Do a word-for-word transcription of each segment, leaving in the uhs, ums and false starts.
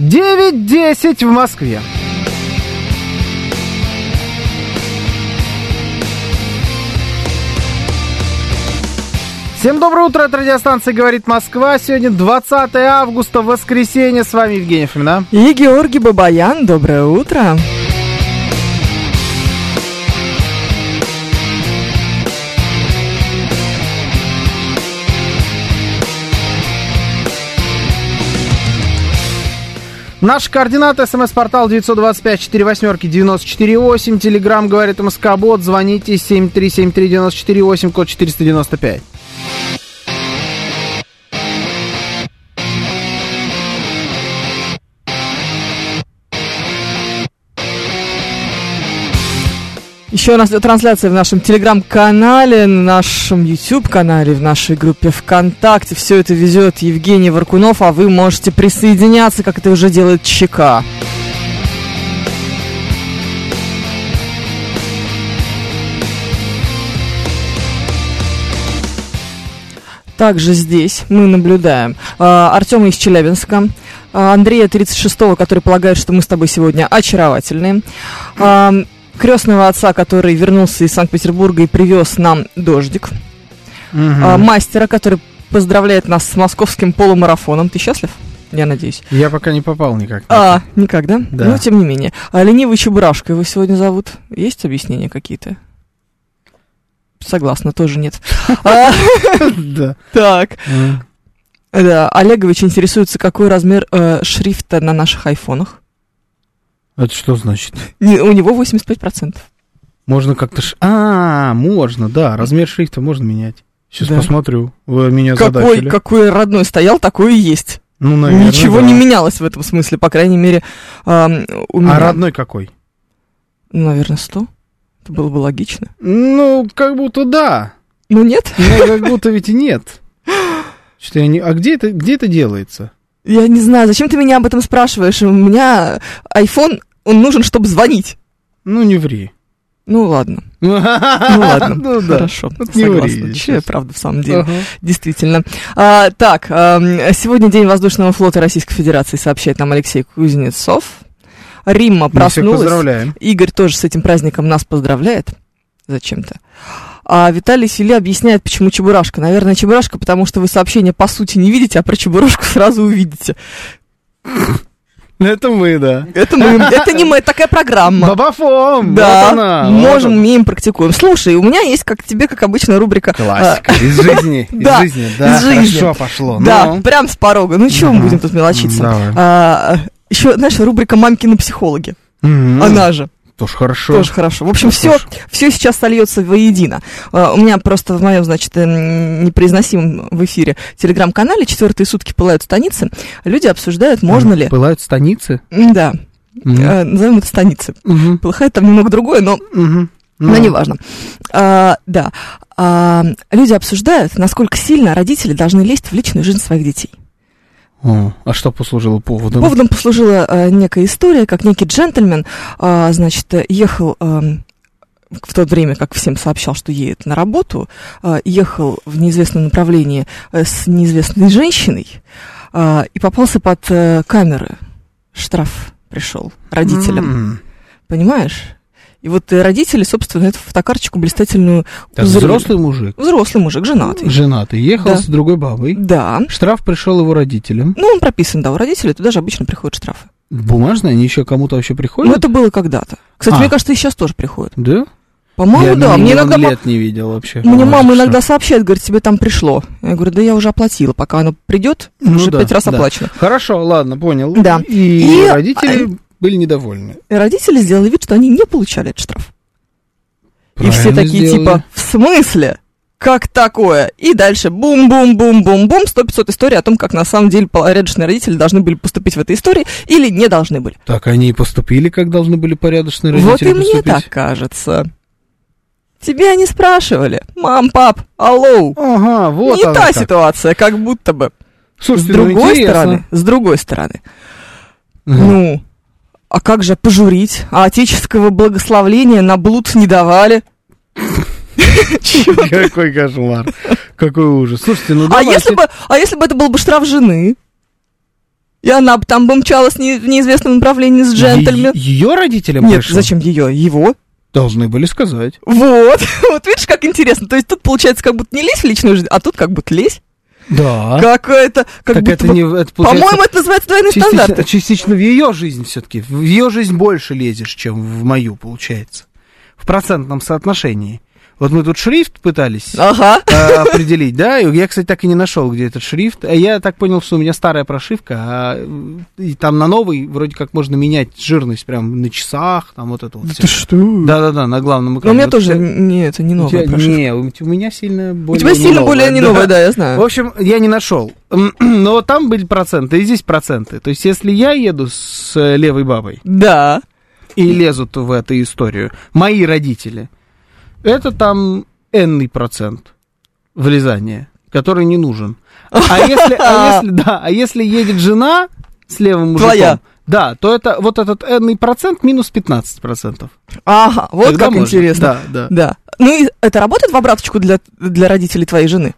девять десять в Москве. Всем доброе утро, это радиостанция «Говорит Москва». Сегодня двадцатое августа, воскресенье. С вами Евгений Фомина. И Георгий Бабаян. Доброе утро. Наши координаты: смс-портал девять два пять четыре восемь девяносто четыре восемь. Телеграм «Говорит МСК-бот». Звоните семь три семь три девять четыре восемь, код четыреста девяносто пять. Еще у нас идет трансляция в нашем телеграм-канале, на нашем YouTube-канале, в нашей группе ВКонтакте. Все это везет Евгений Варкунов, а вы можете присоединяться, как это уже делает ЧК. Также здесь мы наблюдаем э, Артема из Челябинска, э, Андрея тридцать шестого, который полагает, что мы с тобой сегодня очаровательные, э, крестного отца, который вернулся из Санкт-Петербурга и привез нам дождик, угу. э, мастера, который поздравляет нас с московским полумарафоном. Ты счастлив? Я надеюсь. Я пока не попал никак. А, никак, да? Да. Ну, тем не менее. А ленивый Чебурашка его сегодня зовут. Есть объяснения какие-то? Согласна, тоже нет. Да. Так. Да, Олегович интересуется, какой размер шрифта на наших айфонах. Это что значит? У него восемьдесят пять процентов. Можно как-то... Ш... А, можно, да. Размер шрифта можно менять. Сейчас да. посмотрю. Вы меня какой, задачили. Какой родной стоял, такой и есть. Ну, наверное, ничего да. не менялось в этом смысле, по крайней мере, э, у меня. А родной какой? Наверное, сто. Это было бы логично. Ну, как будто да. Ну, нет? Ну, как будто ведь и нет. Что я не... А где это, где это делается? Я не знаю, зачем ты меня об этом спрашиваешь? У меня iPhone, он нужен, чтобы звонить. Ну, не ври. Ну, ладно. Ну, ладно, ну, да. Хорошо, вот согласна. Че я, правда, в самом деле. Ага. Действительно. А, так, а, сегодня День воздушного флота Российской Федерации, сообщает нам Алексей Кузнецов. Римма проснулась. Поздравляем. Игорь тоже с этим праздником нас поздравляет. Зачем-то. А Виталий Фили объясняет, почему Чебурашка. Наверное, Чебурашка, потому что вы сообщение по сути не видите, а про Чебурашку сразу увидите. Это мы, да. Это мы, это не мы, это такая программа. Бабафом! Да, вот она, можем, вот умеем, практикуем. Слушай, у меня есть, как тебе, как обычно, рубрика... Классика, из жизни, из да, жизни, да, из жизни. Хорошо пошло. Да, ну. прям с порога. Ну, чего мы будем тут мелочиться? А, еще, знаешь, рубрика «Мамкины психологи». Mm-hmm. Она же. Тоже хорошо. Тоже хорошо. В общем, все, все сейчас сольется воедино. Uh, у меня просто в моем, значит, непроизносимом в эфире телеграм-канале «Четвертые сутки пылают станицы». Люди обсуждают, можно mm-hmm. ли... Пылают станицы? Да. Mm-hmm. Uh, назовем это станицы. Mm-hmm. Полыхает там немного другое, но... Mm-hmm. Но mm-hmm. неважно. Uh, да. Uh, люди обсуждают, насколько сильно родители должны лезть в личную жизнь своих детей. О, а что послужило поводом? Поводом послужила э, некая история, как некий джентльмен, э, значит, ехал э, в то время, как всем сообщал, что едет на работу, э, ехал в неизвестном направлении э, с неизвестной женщиной э, и попался под э, камеры. Штраф пришел родителям. Mm. Понимаешь? И вот родители, собственно, эту фотокарточку блистательную узрели. Взрослый мужик? Взрослый мужик, женатый. Женатый, ехал да. с другой бабой? Да. Штраф пришел его родителям? Ну, он прописан, да, у родителей, туда же обычно приходят штрафы. Бумажные? Они еще кому-то вообще приходят? Ну, это было когда-то. Кстати, а. мне кажется, и сейчас тоже приходят. Да? По-моему, я да. Мне иногда лет не видел вообще. Мне мама иногда сообщает, говорит, тебе там пришло. Я говорю, да я уже оплатила, пока оно придет, ну, уже да, пять раз да. оплачено. Хорошо, ладно, понял. Да. И, и родители а... были недовольны. И родители сделали вид, что они не получали этот штраф. Правильно и все такие, сделали. Типа, в смысле? Как такое? И дальше бум-бум-бум-бум-бум, сто-пятьсот историй о том, как на самом деле порядочные родители должны были поступить в этой истории или не должны были. Так они и поступили, как должны были порядочные родители вот и поступить. Мне так кажется. Тебя не спрашивали. Мам, пап, алло. Ага, вот не та как. Ситуация, как будто бы. Слушайте, с другой ну, стороны, с другой стороны, угу. ну... А как же пожурить? А отеческого благословления на блуд не давали. Какой кошмар. Какой ужас. Слушайте, ну давайте. А если бы, а если бы это был бы штраф жены? И она бы там бы мчалась в неизвестном направлении с джентльменом. Ее родителям Нет, пришло? зачем ее? Его. Должны были сказать. Вот. Вот видишь, как интересно. То есть тут получается как будто не лезь в личную жизнь, а тут как будто лезь. Да. Как это... Как так будто это бы, не, это по-моему, это называется двойные частично, стандарты. Частично в ее жизнь все-таки. В ее жизнь больше лезешь, чем в мою, получается. В процентном соотношении. Вот мы тут шрифт пытались ага. э, определить, да, и я, кстати, так и не нашел, где этот шрифт. А я так понял, что у меня старая прошивка, а и там на новый вроде как можно менять жирность прям на часах, там вот это вот все. Ты что? Да-да-да, на главном экране. Но у меня вот тоже все... не, это не новая у тебя, прошивка. Не, у меня сильно более У тебя не сильно новая, более не да. новая, да, я знаю. В общем, я не нашел. Но вот там были проценты, и здесь проценты. То есть, если я еду с левой бабой Да. и лезут в эту историю, мои родители, это там энный процент влезания, который не нужен. А если, а если, да, а если едет жена с левым мужиком, Твоя. да, то это вот этот энный процент минус пятнадцать процентов. Ага, вот Тогда как можно. интересно. Да, да. Да. Ну и это работает в обраточку для, для родителей твоей жены?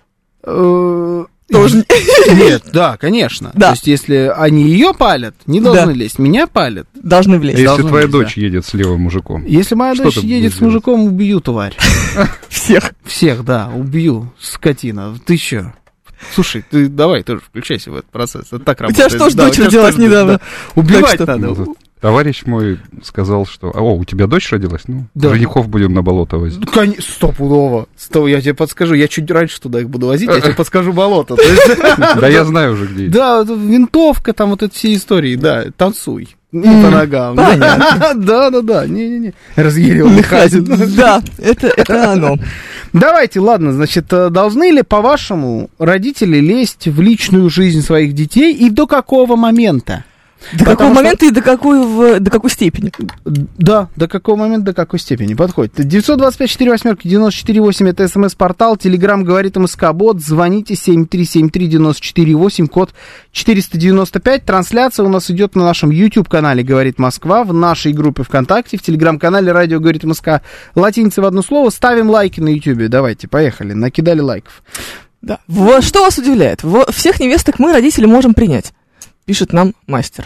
Тоже. Нет, да, конечно. Да. То есть, если они ее палят, не должны Да. лезть, меня палят. Должны влезть. Если Должны твоя быть, дочь да. едет с левым мужиком. Если моя Что дочь ты едет будешь с мужиком, убью, тварь. Всех. Всех, да, убью, скотина. Ты чё? Слушай, ты давай тоже включайся в этот процесс. Это так У работает. тебя что ж Да, дочь у тебя родилась что ж, недавно? да. Убивать что- надо. Ну, тут товарищ мой сказал, что... О, у тебя дочь родилась? Ну, Да. женихов будем на болото возить. Кон- Стопудово. Сто, я тебе подскажу. Я чуть раньше туда их буду возить, я тебе подскажу болото. То есть, Да я знаю уже, где. да, вот винтовка, там вот эти все истории, да, танцуй. Не по ногам. понятно. Да, да, да, не-не-не. Разъяренный Хазин. Да, это, это оно. Давайте, ладно, значит, э, должны ли, по-вашему, родители лезть в личную жизнь своих детей и до какого момента? До Потому какого что- момента и до какой, в- до какой степени? Да, до какого момента, до какой степени подходит. девятьсот двадцать пять четыре восьмерки девяносто четыре восемь, это смс-портал, телеграм говорит МСК-бот, звоните семь три семь три девяносто четыре восемь, код четыреста девяносто пять. Трансляция у нас идет на нашем YouTube-канале «Говорит Москва», в нашей группе ВКонтакте, в телеграм-канале «Радио говорит МСК», латиница в одно слово. Ставим лайки на YouTube, давайте, поехали, накидали лайков. Да. Во- что вас удивляет? Во- всех невесток мы, родители, можем принять, пишет нам мастер.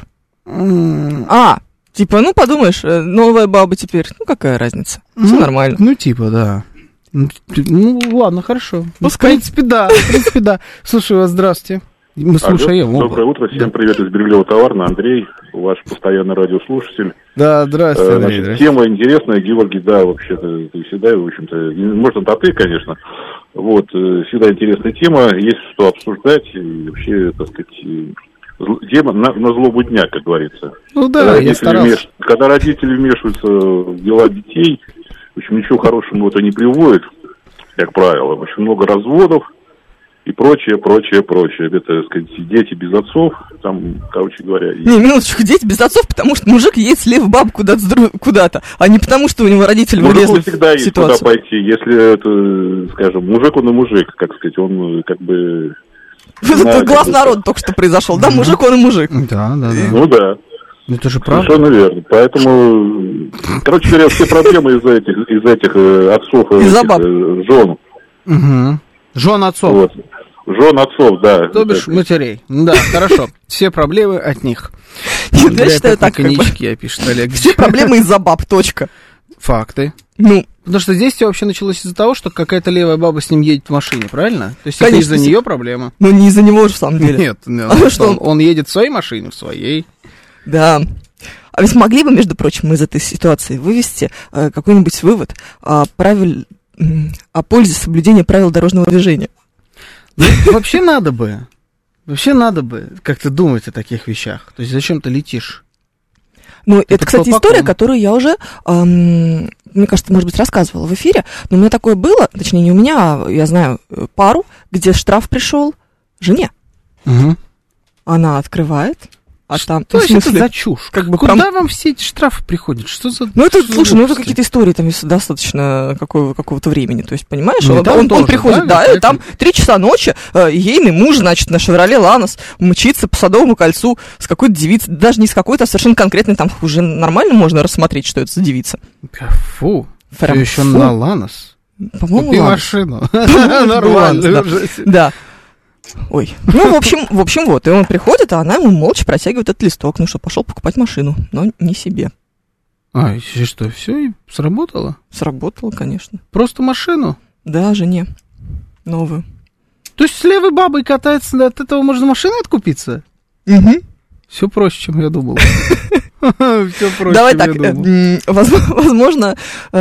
М, А, типа, ну подумаешь, э, новая баба теперь, ну какая разница? Все Ну, нормально. Ну, типа, да. Ну, т- ну, ладно, хорошо. Пускай. В принципе, да, в принципе, да. Слушаю вас, здравствуйте. Мы слушаем. Алло, доброе утро, всем привет из Береглева Товарна, Андрей, ваш постоянный радиослушатель. Да, здравствуйте, Э, Андрей, значит, здравствуйте. тема интересная, Георгий, да, вообще-то, ты всегда, в общем-то, не- может, это ты, конечно, вот, э, всегда интересная тема, есть что обсуждать, и вообще, так сказать, э, зл- тема на, на злобу дня, как говорится. Ну Когда да, я родители старался. вмеш- Когда родители вмешиваются в дела детей, в общем, ничего хорошего это не приводит, как правило, очень много разводов, и прочее, прочее, прочее. Это, так сказать, дети без отцов, там, короче говоря. и- Не, минуточку, дети без отцов, потому что мужик едет слева бабу куда-то, с дру- куда-то, а не потому, что у него родители Мужику влезли всегда в есть куда ситуацию. пойти. Если это, скажем, мужик, он и мужик, как сказать, он как бы... Вот знает, это глаз как бы, народа только что произошел, да, мужик он и мужик. Да, да, да. Ну да, Это же правда. совершенно верно. Поэтому, короче говоря, все проблемы из-за этих, из этих э, отцов, э, Из-за этих, баб. э, жен. Угу. Жен отцов, Вот. Жен отцов, да. то бишь матерей. Да, хорошо. Все проблемы от них. Нет, я Андрей считаю опять на так, как бы. коньячке, пишет Олег. Все проблемы из-за баб, точка. Факты. Ну, Потому что здесь все вообще началось из-за того, что какая-то левая баба с ним едет в машине, правильно? То есть Конечно, это из-за если- нее проблема. ну не из-за него же, в самом деле. Нет, нет, А он, что он- он едет в своей машине, в своей. Да. А ведь могли бы, между прочим, из этой ситуации вывести э, какой-нибудь вывод о, правиль... м, о пользе соблюдения правил дорожного движения. Ну, вообще надо бы. Вообще надо бы как-то думать о таких вещах. То есть зачем ты летишь? Ну, это, по кстати, какому? история, которую я уже, эм, мне кажется, может быть, рассказывала в эфире, но у меня такое было, точнее, не у меня, а я знаю э, пару, где штраф пришел жене. Угу. Она открывает, а там... То в есть это смысле, за чушь? как бы Куда прям- вам все эти штрафы приходят? Что за... Ну, это, что за слушай, ну, это глупости? какие-то истории там есть достаточно какого- какого-то времени, то есть, понимаешь, Ну, и он, там он- он тоже, приходит, да, да, и какая-то- там три часа ночи, э, ейный муж, значит, на «Шевроле Ланос» мчится по Садовому кольцу с какой-то девицей, даже не с какой-то, а совершенно конкретной, там уже нормально можно рассмотреть, что это за девица. Фу. Прям Все еще фу. на Ланос. По-моему, Купи Ланос. машину. Ланос, Нормально да. уже. Да. Ой. Ну, в общем, в общем, вот. И он приходит, а она ему молча протягивает этот листок. Ну что, пошел покупать машину, но не себе. А, и что, все, и сработало? Сработало, конечно. Просто машину? Да, жене. Новую. То есть с левой бабой катается, от этого можно машиной откупиться? Угу. Все проще, чем я думал. Все проще, Давай чем я думал. так, возможно,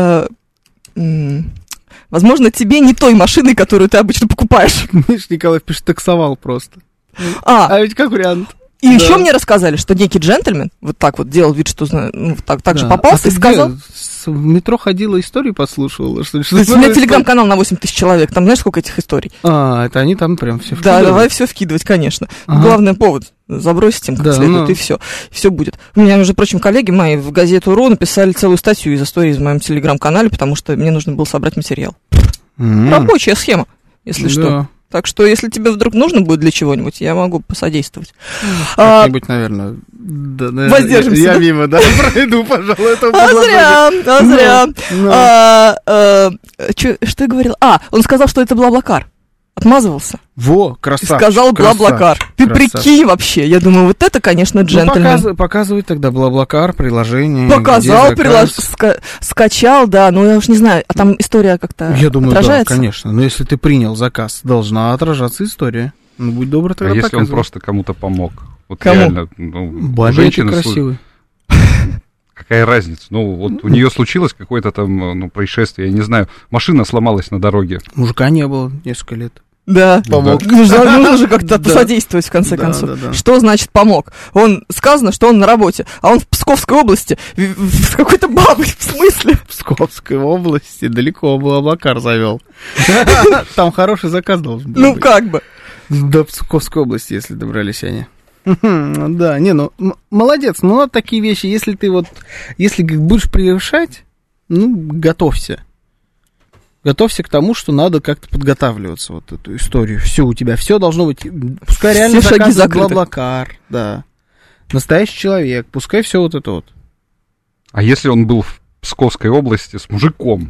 возможно, тебе не той машиной, которую ты обычно покупаешь. Видишь, Николай пишет, таксовал просто. А, А ведь как вариант. и Да. еще мне рассказали, что некий джентльмен вот так вот делал вид, что зна- ну, так, так же Да. попался А и ты сказал... где? С- В метро ходила, истории подслушивала, что ли? Что То есть у меня такое? телеграм-канал на восемь тысяч человек, там знаешь, сколько этих историй? А, это они там прям все Да, давай все вкидывать, конечно. Ага. Главный повод забросить им как Да, следует, ну. и все. Все будет. У меня, между прочим, коллеги мои в газету РУ написали целую статью из истории в моем телеграм-канале, потому что мне нужно было собрать материал. Рабочая схема, если что. Так что, если тебе вдруг нужно будет для чего-нибудь, я могу посодействовать. А, Как-нибудь, наверное, да, наверное, Воздержимся, Я да? мимо, да, пройду, пожалуй, это а зря, а Ну, зря. ну. А, а, чё- что я говорил? А, он сказал, что это Блаблакар. Отмазывался. Во, И красавчик. сказал Блаблакар. Ты красавчик. прикинь вообще. Я думаю, вот это, конечно, Ну, джентльмен. показывай, показывай тогда Блаблакар, приложение. Показал, где прилож... заказ. ска- скачал, да, ну я уж не знаю, а там история как-то Я думаю, отражается? да, конечно. Но если ты принял заказ, должна отражаться история. Ну, будь добр, А тогда если он показывай. просто кому-то помог? Вот Кому? реально, ну, Бабе женщина ты слу- красивый. Какая разница? Ну, вот у нее случилось какое-то там, ну, происшествие, я не знаю, машина сломалась на дороге. Мужика не было несколько лет. Да, Помог. Нужно, нужно же как-то Да. посодействовать, в конце Да, концов. да, да. Что значит помог? Он, сказано, что он на работе, а он в Псковской области, в- в- с какой-то бабой, в смысле? В Псковской области далеко Блаблакар завел. Там хороший заказ должен был Ну, быть. как бы. До Псковской области, если добрались они. Да, не, ну, м- молодец, ну, надо такие вещи, если ты вот, если г- будешь превышать, ну, готовься. Готовься к тому, что надо как-то подготавливаться, вот эту историю. Все у тебя, все должно быть, пускай реально Все шаги заказ закрыты. Блаблакар, да. Настоящий человек, пускай все вот это вот. А если он был в Псковской области с мужиком,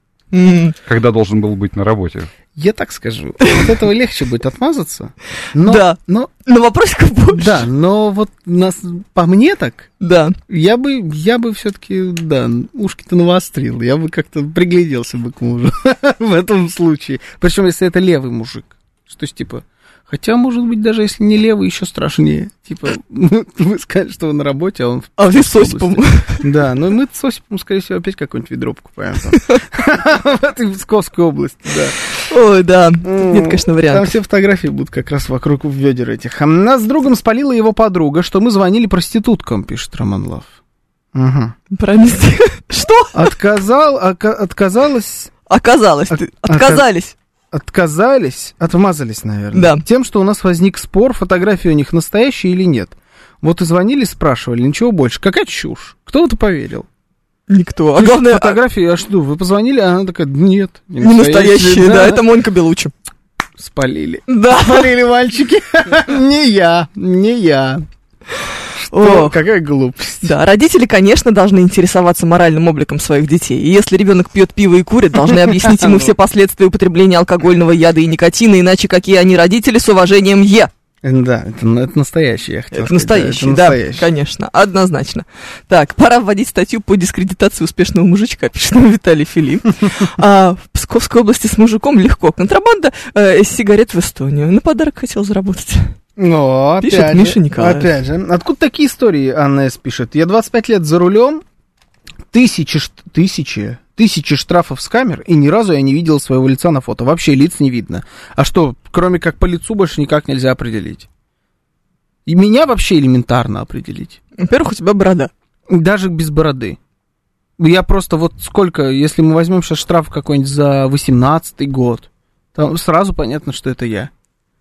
М, когда должен был быть на работе? Я так скажу, от этого легче будет отмазаться. Но, Да. но, Но вопросиков больше. да, но вот нас, по мне так, Да. я бы, я бы все-таки, да, ушки-то навострил, я бы как-то пригляделся бы к мужу в этом случае. Причем, если это левый мужик, то есть, типа, хотя, может быть, даже если не левый, еще страшнее. Типа, вы скажете, что вы на работе, а он в А вы с Псковской Осипом. области. Да, но мы с Осипом, скорее всего, опять какое-нибудь ведро покупаем там. В этой Псковской области, да. Ой, да. Нет, конечно, Там вариантов. все фотографии будут как раз вокруг ведер этих. А нас с другом спалила его подруга, что мы звонили проституткам, пишет Роман Лав. Угу. Правильно. Что? Отказал, ока- отказалась, Оказалось, От- ты- отказались. отказались, отмазались, наверное. Да. Тем, что у нас возник спор, фотографии у них настоящие или нет. Вот и звонили, спрашивали, ничего больше. Какая чушь? Кто в это поверил? Никто. А Пишет главное, а- фотографии, а что, вы позвонили? А она такая, нет. не настоящие, да, это Монька Белуччи. Спалили. Да. Спалили мальчики. Не я, не я. Что? Ох. Какая глупость. Да, родители, конечно, должны интересоваться моральным обликом своих детей. И если ребенок пьет пиво и курит, должны объяснить ему все последствия употребления алкогольного яда и никотина, иначе какие они родители с уважением Е. Да, это, это настоящий, я хотел Это сказать. настоящий, это да, настоящий. конечно, однозначно. Так, пора вводить статью по дискредитации успешного мужичка, пишет нам Виталий Филипп. А, в Псковской области с мужиком легко. Контрабанда э, сигарет в Эстонию. На подарок хотел заработать. Ну, опять Пишет же, Миша Николаев. Опять же. Откуда такие истории, Анна С. пишет? Я двадцать пять лет за рулем, тысячи, шт- тысячи, тысячи штрафов с камер, и ни разу я не видел своего лица на фото. Вообще лиц не видно. А что, кроме как по лицу, больше никак нельзя определить? И меня вообще элементарно определить. Во-первых, у тебя борода. Даже без бороды. Я просто вот сколько, если мы возьмем сейчас штраф какой-нибудь за восемнадцатый год, там сразу понятно, что это я.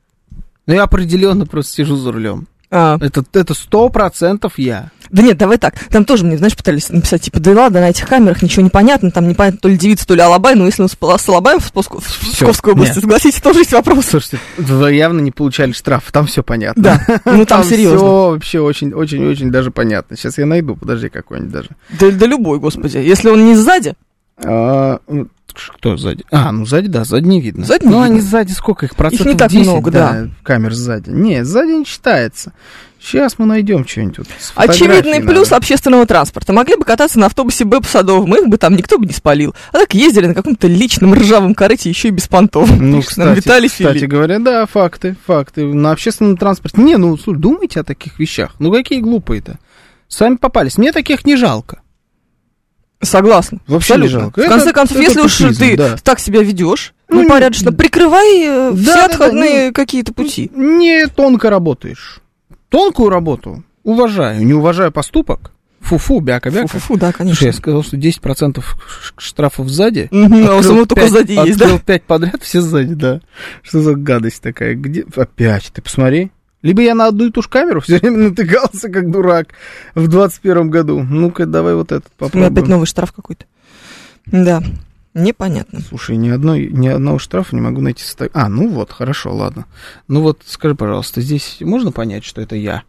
Но я определенно просто сижу за рулем. А, Это это сто процентов я. да нет, давай так. Там тоже мне, знаешь, пытались написать, типа, да ладно, на этих камерах ничего не понятно, там непонятно, то ли девица, то ли алабай, но если он с с алабаем в, Пско- в Всё, Псковской области, нет. согласитесь, тоже есть вопрос. Слушайте, вы явно не получали штраф, там все понятно. Да, ну там серьезно. Все вообще очень-очень-очень даже понятно. Сейчас я найду, подожди, какой-нибудь даже. Да, да любой, господи. Если он не сзади, А, Кто сзади? А, ну сзади, да, сзади не видно. Сзади ну, не они видно. сзади сколько их? Процентов Их не так десять, много, да. камер сзади. Не, сзади не считается. Сейчас мы найдем что-нибудь. Вот, с Очевидный фотографией плюс надо. общественного транспорта. Могли бы кататься на автобусе Б по Садовому, их бы там никто бы не спалил. А так ездили на каком-то личном ржавом корыте, еще и без понтов. Ну, Пишет нам кстати, Виталий кстати Филипп. говоря, да, факты, факты. На общественном транспорте. Не, ну, слушай, думайте о таких вещах. Ну, какие глупые-то. Сами попались. Мне таких не жалко. Согласна. Вообще Абсолютно. не жалко. В Это- конце концов, это если уж тупизм, ты да. так себя ведешь, Ну, ну, порядочно, прикрывай э, да, все да, да, отходные какие-то пути. Не тонко работаешь. Тонкую работу уважаю. Не уважаю поступок. Фу-фу, бяка-бяка. Фу-фу-фу, да, Слушай, конечно. я сказал, что десять процентов ш- штрафов сзади. Мгм, а у Открыл самого только пять- сзади есть, да? Открыл пять подряд, все сзади, да. Что за гадость такая? Где? Опять, ты посмотри. Либо я на одну и ту же камеру все время натыкался, как дурак, в двадцать первом году. Ну-ка, давай вот этот У меня попробуем. опять новый штраф какой-то. Да, непонятно. Слушай, ни, одной, ни одного штрафа не могу найти. состо- А, ну вот, хорошо, ладно. Ну вот, скажи, пожалуйста, здесь можно понять, что это я?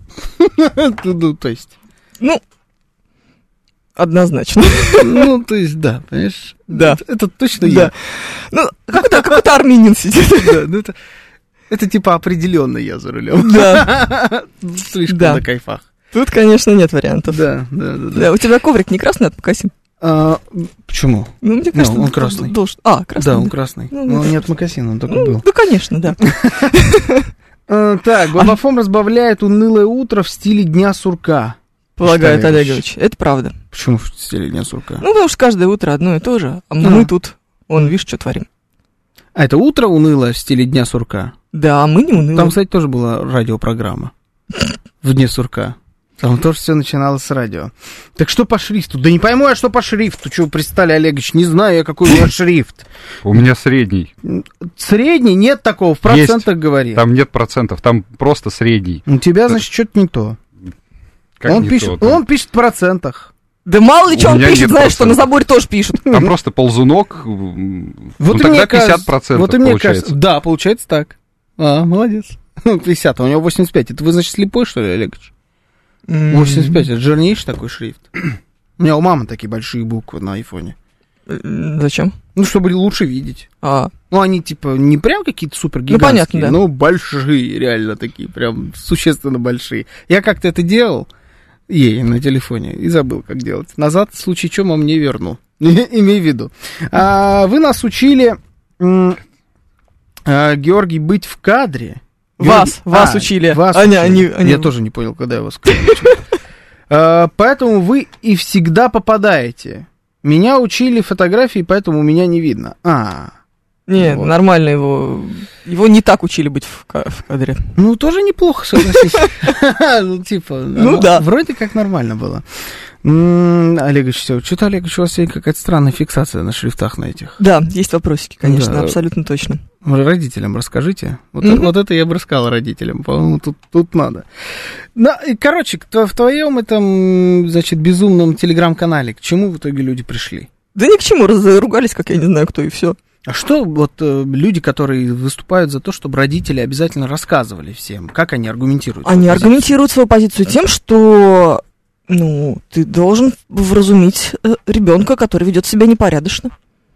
Ну, то есть... Ну, однозначно. Ну, то есть, да, понимаешь? Да. Это, это точно Да. я. Ну, какой-то, какой-то армянин сидит. Да, ну это, это типа определенно я за рулем. Да. Слишком Да. на кайфах. Тут, конечно, нет вариантов. Да, да, да. да. Да, у тебя коврик не красный от мокасин? А, почему? Ну, мне кажется, он д- красный. должен- А, красный. Да, он красный. Ну, Но он ну, не от мокасина, он только Ну, был. да, конечно, да. А, так, Главофом разбавляет унылое утро в стиле Дня сурка. Полагает Олегович. Олегович. Это правда. Почему в стиле Дня сурка? Ну, потому что каждое утро одно и то же. А мы тут, он, видишь, что творим. А это утро унылое в стиле Дня сурка? Да, мы не унылые. Там, кстати, тоже была радиопрограмма в Дне сурка. Там тоже все начиналось с радио. Так что по шрифту? Да не пойму я, что по шрифту. Чего вы пристали, Олегович? Не знаю я, какой у меня шрифт. У меня средний. Средний? Нет такого. В Есть. процентах говори. Там нет процентов, там просто средний. У тебя, значит, что-то не то. Как Он не пишет, то, там, он пишет в процентах. Да мало ли У что он меня пишет, нет знаешь, что на процентов. заборе тоже пишут. там просто ползунок, м, Вот ну и тогда мне кажется- пятьдесят процентов вот и мне получается. кажется. Да, получается так. А, молодец. пятьдесят, а у него восемьдесят пять. Это вы, значит, слепой, что ли, Олегович? восемьдесят пять, это жирнейший такой шрифт. У меня у мамы такие большие буквы на айфоне. М, Зачем? Ну, чтобы лучше видеть. А, Ну, они, типа, не прям какие-то супер Ну, понятно, гигантские, да. но большие, реально такие, прям существенно большие. Я как-то это делал ей на телефоне и забыл, как делать. Назад, в случае чего, мам не верну. Имей в виду. А, вы нас учили, м, а, Георгий, быть в кадре. Вас, Георгий- вас а, учили. вас Они- учили. они- они- Я тоже не понял, когда я вас сказал. А, Поэтому вы и всегда попадаете. Меня учили фотографии, поэтому меня не видно. А, нет, Вот. нормально его... Его не так учили быть в, ка- в кадре. ну тоже неплохо, согласись. Ну, типа, Ну, оно да. вроде как нормально было. М, Олегович, все, что-то, Олегович, у вас сегодня какая-то странная фиксация на шрифтах на этих. Да, есть вопросики, конечно, Да. абсолютно точно. Вы родителям расскажите. Вот, Мгм. вот это я бы рассказал родителям. По-моему, тут, тут надо. Ну, и, короче, к- в твоем этом, значит, безумном телеграм-канале, к чему в итоге люди пришли? Да ни к чему, разругались, как я не знаю кто, и все. А что вот э, люди, которые выступают за то, чтобы родители обязательно рассказывали всем, как они аргументируют? Они свою позицию? аргументируют свою позицию тем, что, ну, ты должен вразумить э, ребенка, который ведет себя непорядочно.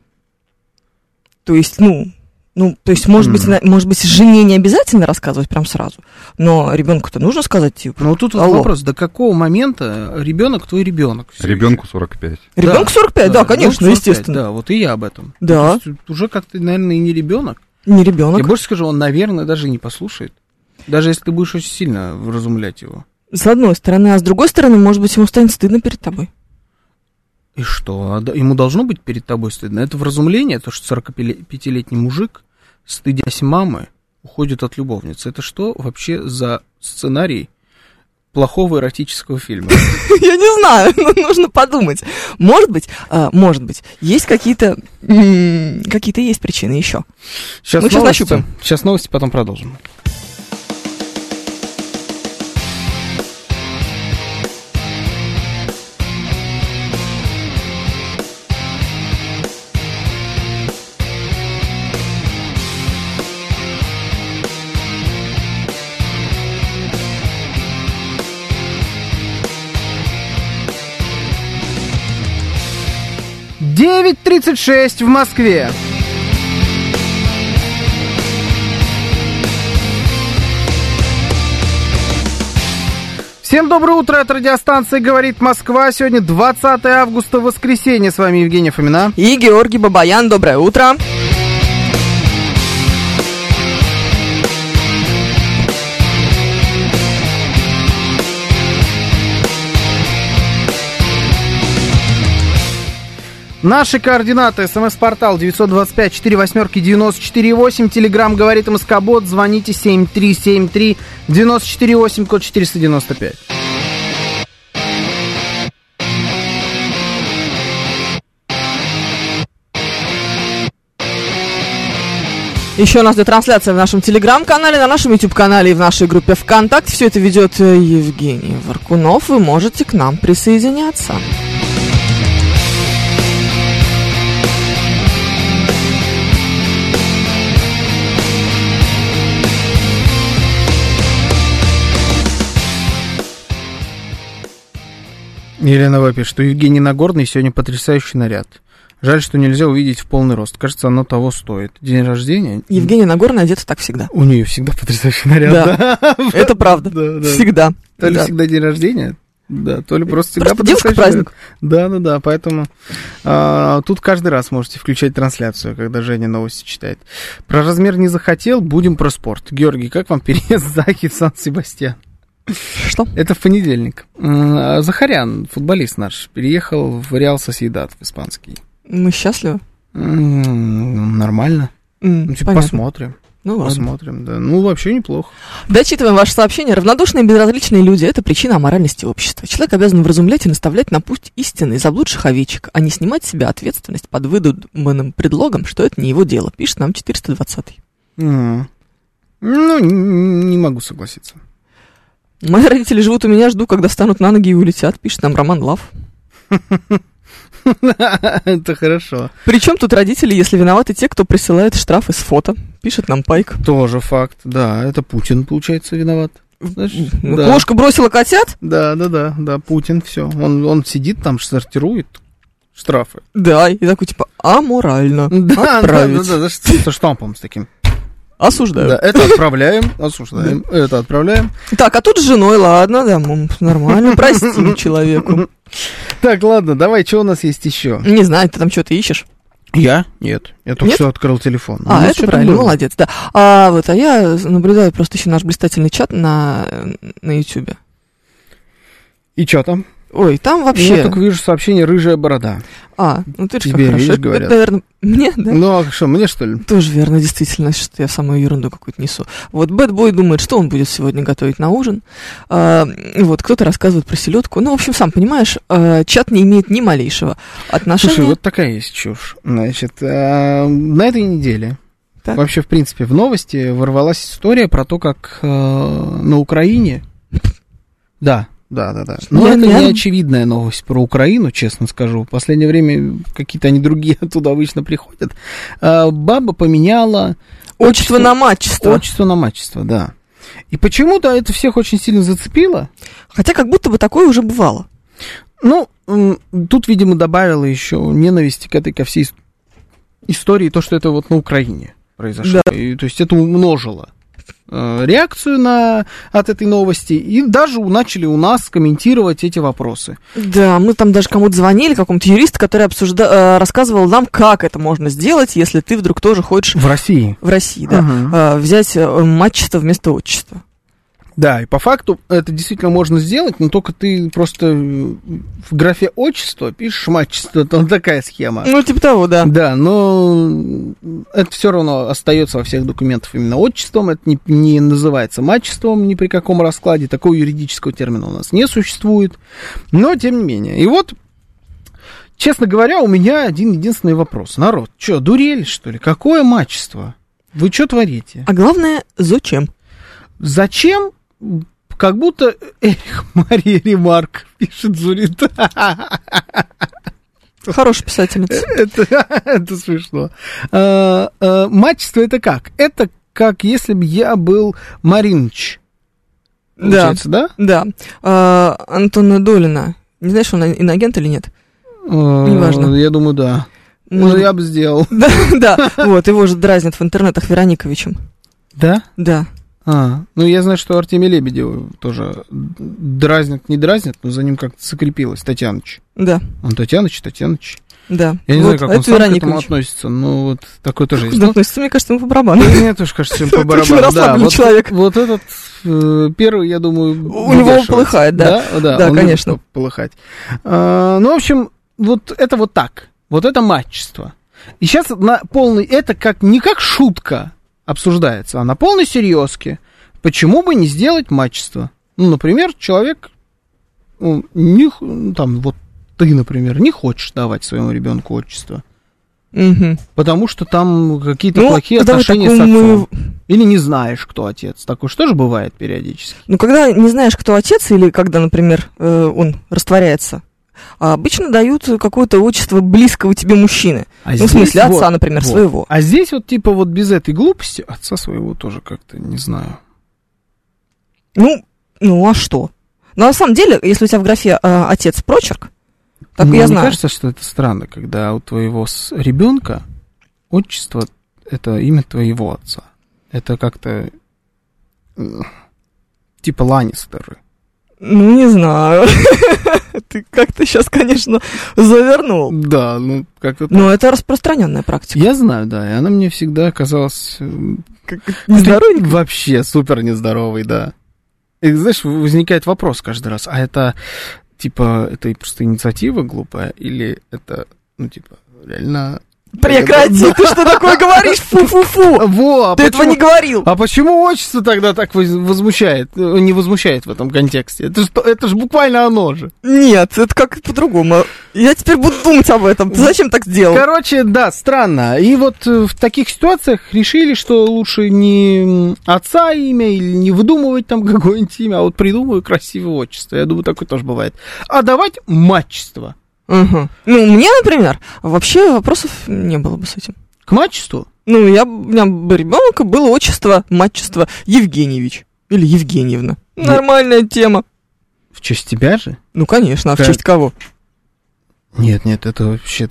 То есть, ну, ну, то есть, может быть, Мгм. на- может быть, жене не обязательно рассказывать прям сразу, но ребенку-то нужно сказать, типа, Ну, тут вот алло. вопрос, до какого момента ребенок твой ребенок? Ребенку сорок пять. Ребенку сорок пять, да, конечно, ребенку сорок пять, естественно. Да, вот и я об этом. Да. То есть уже как-то, наверное, и не ребенок. Не Я ребенок. больше скажу, он, наверное, даже и не послушает. Даже если ты будешь очень сильно вразумлять его. С одной стороны, а с другой стороны, может быть, ему станет стыдно перед тобой. И что? А да- ему должно быть перед тобой стыдно. Это вразумление, то, что сорокапятилетний мужик, стыдясь мамы, уходит от любовницы. Это что вообще за сценарий плохого эротического фильма? Я не знаю, но нужно подумать. Может быть, а, может быть, есть какие-то м, какие-то есть причины еще. Сейчас Мы сейчас новости, нащупаем. сейчас новости, потом продолжим. девять тридцать шесть в Москве. Всем доброе утро, это радиостанция «Говорит Москва». Сегодня двадцатое августа, воскресенье. С вами Евгения Фомина. И Георгий Бабаян. Доброе утро. Наши координаты. СМС-портал девять два пять четыре восемь девяносто четыре восемь. Телеграм «Говорит МСК-бот». Звоните семь три семь три девяносто четыре восемь, код четыреста девяносто пять. Еще у нас идет трансляция в нашем телеграм-канале, на нашем YouTube-канале и в нашей группе ВКонтакте. Все это ведет Евгений Варкунов. Вы можете к нам присоединяться. Елена В. пишет, что Евгений Нагорный сегодня потрясающий наряд. Жаль, что нельзя увидеть в полный рост. Кажется, оно того стоит. День рождения. Евгения Нагорная одета так всегда. У нее всегда потрясающий наряд. Да, да. Это правда. Да, да. Всегда. То ли да. всегда день рождения, да, то ли просто всегда просто потрясающий праздник. Да, да, да. Поэтому а, тут каждый раз можете включать трансляцию, когда Женя новости читает. Про размер не захотел, будем про спорт. Георгий, как вам переезд Захи в Сан-Себастьян? Что? Это в понедельник. Захарян, футболист наш, переехал в Реал Сосьедад, в испанский. Мы счастливы? Нормально. Mm, ну, типа, посмотрим. Ну, посмотрим, ладно. Да. Ну, вообще неплохо. Дочитываем ваше сообщение. Равнодушные и безразличные люди – это причина аморальности общества. Человек обязан вразумлять и наставлять на путь истины из заблудших овечек, а не снимать с себя ответственность под выдуманным предлогом, что это не его дело. Пишет нам четыреста двадцатый. Mm. Ну, не могу согласиться. Мои родители живут у меня, жду, когда встанут на ноги и улетят, пишет нам Роман Лав. Это хорошо. Причем тут родители, если виноваты те, кто присылает штрафы с фото, пишет нам Пайк. Тоже факт, да, это Путин, получается, виноват. Знаешь, да. Кошка бросила котят? Да, да, да, да, Путин, все. Он, он сидит там, сортирует штрафы. Да, и такой типа аморально. Да, отправить. Да, да, да, со штампом с таким. Осуждаю. Да, это отправляем, осуждаем, это отправляем. Так, а тут с женой, ладно, да, нормально, простим человеку. Так, ладно, давай, что у нас есть еще? Не знаю, ты там что-то ищешь? Я? Нет, я только Нет? что открыл телефон. А, это правильно, молодец, да. А вот, а я наблюдаю просто еще наш блистательный чат на, на Ютубе. И что там? Ой, там вообще... Я только вижу сообщение «Рыжая борода». А, ну ты же Тебе, как видишь, хорошо. говорят. Это, наверное, мне, да? Ну, а что, мне, что ли? Тоже верно, действительно, что я самую ерунду какую-то несу. Вот Бэтбой думает, что он будет сегодня готовить на ужин. А, вот, кто-то рассказывает про селедку. Ну, в общем, сам понимаешь, а, чат не имеет ни малейшего отношения. Слушай, вот такая есть чушь. Значит, а, на этой неделе... Так. Вообще, в принципе, в новости ворвалась история про то, как э, на Украине... Да, да, да, да. Но это не очевидная новость про Украину, честно скажу. В последнее время какие-то они другие оттуда обычно приходят. А, баба поменяла... Отчество, отчество на мачество. Отчество на мачество, да. И почему-то это всех очень сильно зацепило. Хотя как будто бы такое уже бывало. Ну, тут, видимо, добавило еще ненависти к этой, ко всей истории, то, что это вот на Украине произошло. Да. И, то есть это умножило реакцию на, от этой новости, и даже начали у нас комментировать эти вопросы. Да, мы там даже кому-то звонили, какому-то юристу, который обсужда... рассказывал нам, как это можно сделать, если ты вдруг тоже хочешь... В России. В России, да. Угу. Взять мачество вместо отчества. Да, и по факту это действительно можно сделать, но только ты просто в графе отчество пишешь мачество, там такая схема. Ну, типа того, да. Да, но это все равно остается во всех документах именно отчеством, это не, не называется мачеством ни при каком раскладе, такого юридического термина у нас не существует, но тем не менее. И вот, честно говоря, у меня один единственный вопрос. Народ, что, дурели, что ли? Какое мачество? Вы что творите? А главное, зачем? Зачем? Как будто Эрих Мария Ремарк пишет Зурита. Хорошая писательница. Это, это смешно. А, а, мачество это как? Это как если бы я был Маринч. Получается, да? Да. да. А, Антона Долина. Не знаешь, он иноагент или нет? Неважно. Я думаю, да. Ну, ну, я бы сделал. Да, да, вот, его же дразнят в интернетах Верониковичем. Да? Да. А, ну я знаю, что Артемия Лебедева тоже дразнят, не дразнят, но за ним как-то закрепилось, Татьяныч. Да. Он Татьяныч, Татьяныч. Да. Я не вот, знаю, как он сам к этому относится, но вот такой тоже есть. Он относится, мне кажется, ему по барабану. Мне тоже кажется, ему по барабану. Да, вот, человек. Вот этот э, первый, я думаю, у него полыхает, да. Да, да, да он конечно. Любит полыхать. А, ну, в общем, вот это вот так. Вот это матчество. И сейчас на полный, это как не как шутка обсуждается, а на полной серьезке. Почему бы не сделать матчество? Ну, например, человек, ну, не, там, вот ты, например, не хочешь давать своему ребенку отчество. Угу. Потому что там какие-то ну, плохие отношения с Мы... отцом. Или не знаешь, кто отец. Такое же тоже бывает периодически. Ну, когда не знаешь, кто отец, или когда, например, он растворяется, обычно дают какое-то отчество близкого тебе мужчины. А ну, в смысле, отца, вот, например, вот. своего. А здесь вот, типа, вот без этой глупости, отца своего тоже как-то, не знаю. Ну, ну, а что? Но на самом деле, если у тебя в графе э, отец прочерк, так ну, я мне знаю. Мне кажется, что это странно, когда у твоего ребенка отчество — это имя твоего отца. Это как-то типа Ланнистеры. Ну, не знаю. Ты как-то сейчас, конечно, завернул. Да, ну, как-то... Но это распространенная практика. Я знаю, да, и она мне всегда казалась... Нездоровой? Вообще супер нездоровой, да. И, знаешь, возникает вопрос каждый раз, а это, типа, это просто инициатива глупая, или это, ну, типа, реально... Прекрати, ты что такое говоришь? Фу-фу-фу! Во, ты этого не говорил. А почему отчество тогда так возмущает, не возмущает в этом контексте? Это же это ж буквально оно же. Нет, это как по-другому. Я теперь буду думать об этом. Ты зачем так сделал? Короче, да, странно. И вот в таких ситуациях решили, что лучше не отца имя или не выдумывать там какое-нибудь имя, а вот придумываю красивое отчество. Я думаю, такое тоже бывает. А давать матчество. Угу. Ну, мне, например, вообще вопросов не было бы с этим. К матчеству? Ну, я, у меня бы ребенка было отчество, матчество Евгеньевич или Евгеньевна. Нет. Нормальная тема. В честь тебя же? Ну, конечно, а как? В честь кого? Нет, нет, это вообще...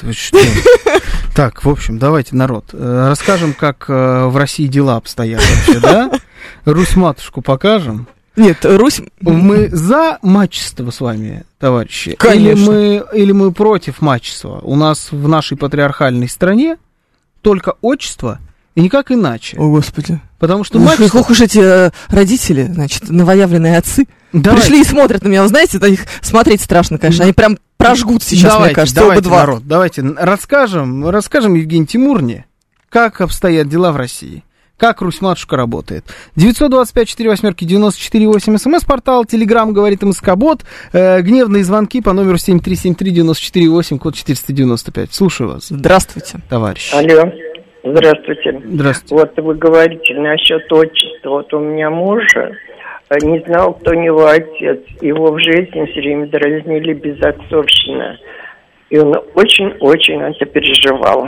Так, в общем, давайте, народ, расскажем, как в России дела обстоят вообще, да? Русь-матушку покажем. Нет, Русь... Мы за матчество с вами, товарищи? Конечно. Или мы, или мы против матчества? У нас в нашей патриархальной стране только отчество и никак иначе. О, Господи. Потому что ух, матчество... Ох уж эти э, родители, значит, новоявленные отцы, давайте. Пришли и смотрят на меня. Вы знаете, это их смотреть страшно, конечно. Они прям прожгут сейчас, давайте, мне кажется, давайте, оба два. Народ, давайте расскажем, расскажем Евгении Тимурне, как обстоят дела в России. Как Русь-матушка работает. девятьсот двадцать пять сорок восемь девяносто четыре восемь смс-портал, телеграм говорит МСК-бот, э, гневные звонки по номеру семь три семь три девяносто четыре восемь, код четыреста девяносто пять. Слушаю вас. Здравствуйте. Товарищ. Алло, здравствуйте. Здравствуйте. Вот вы говорите насчет отчества. Вот у меня мужа не знал, кто у него отец. Его в жизни все время дразнили безотцовщина. И он очень-очень это переживал.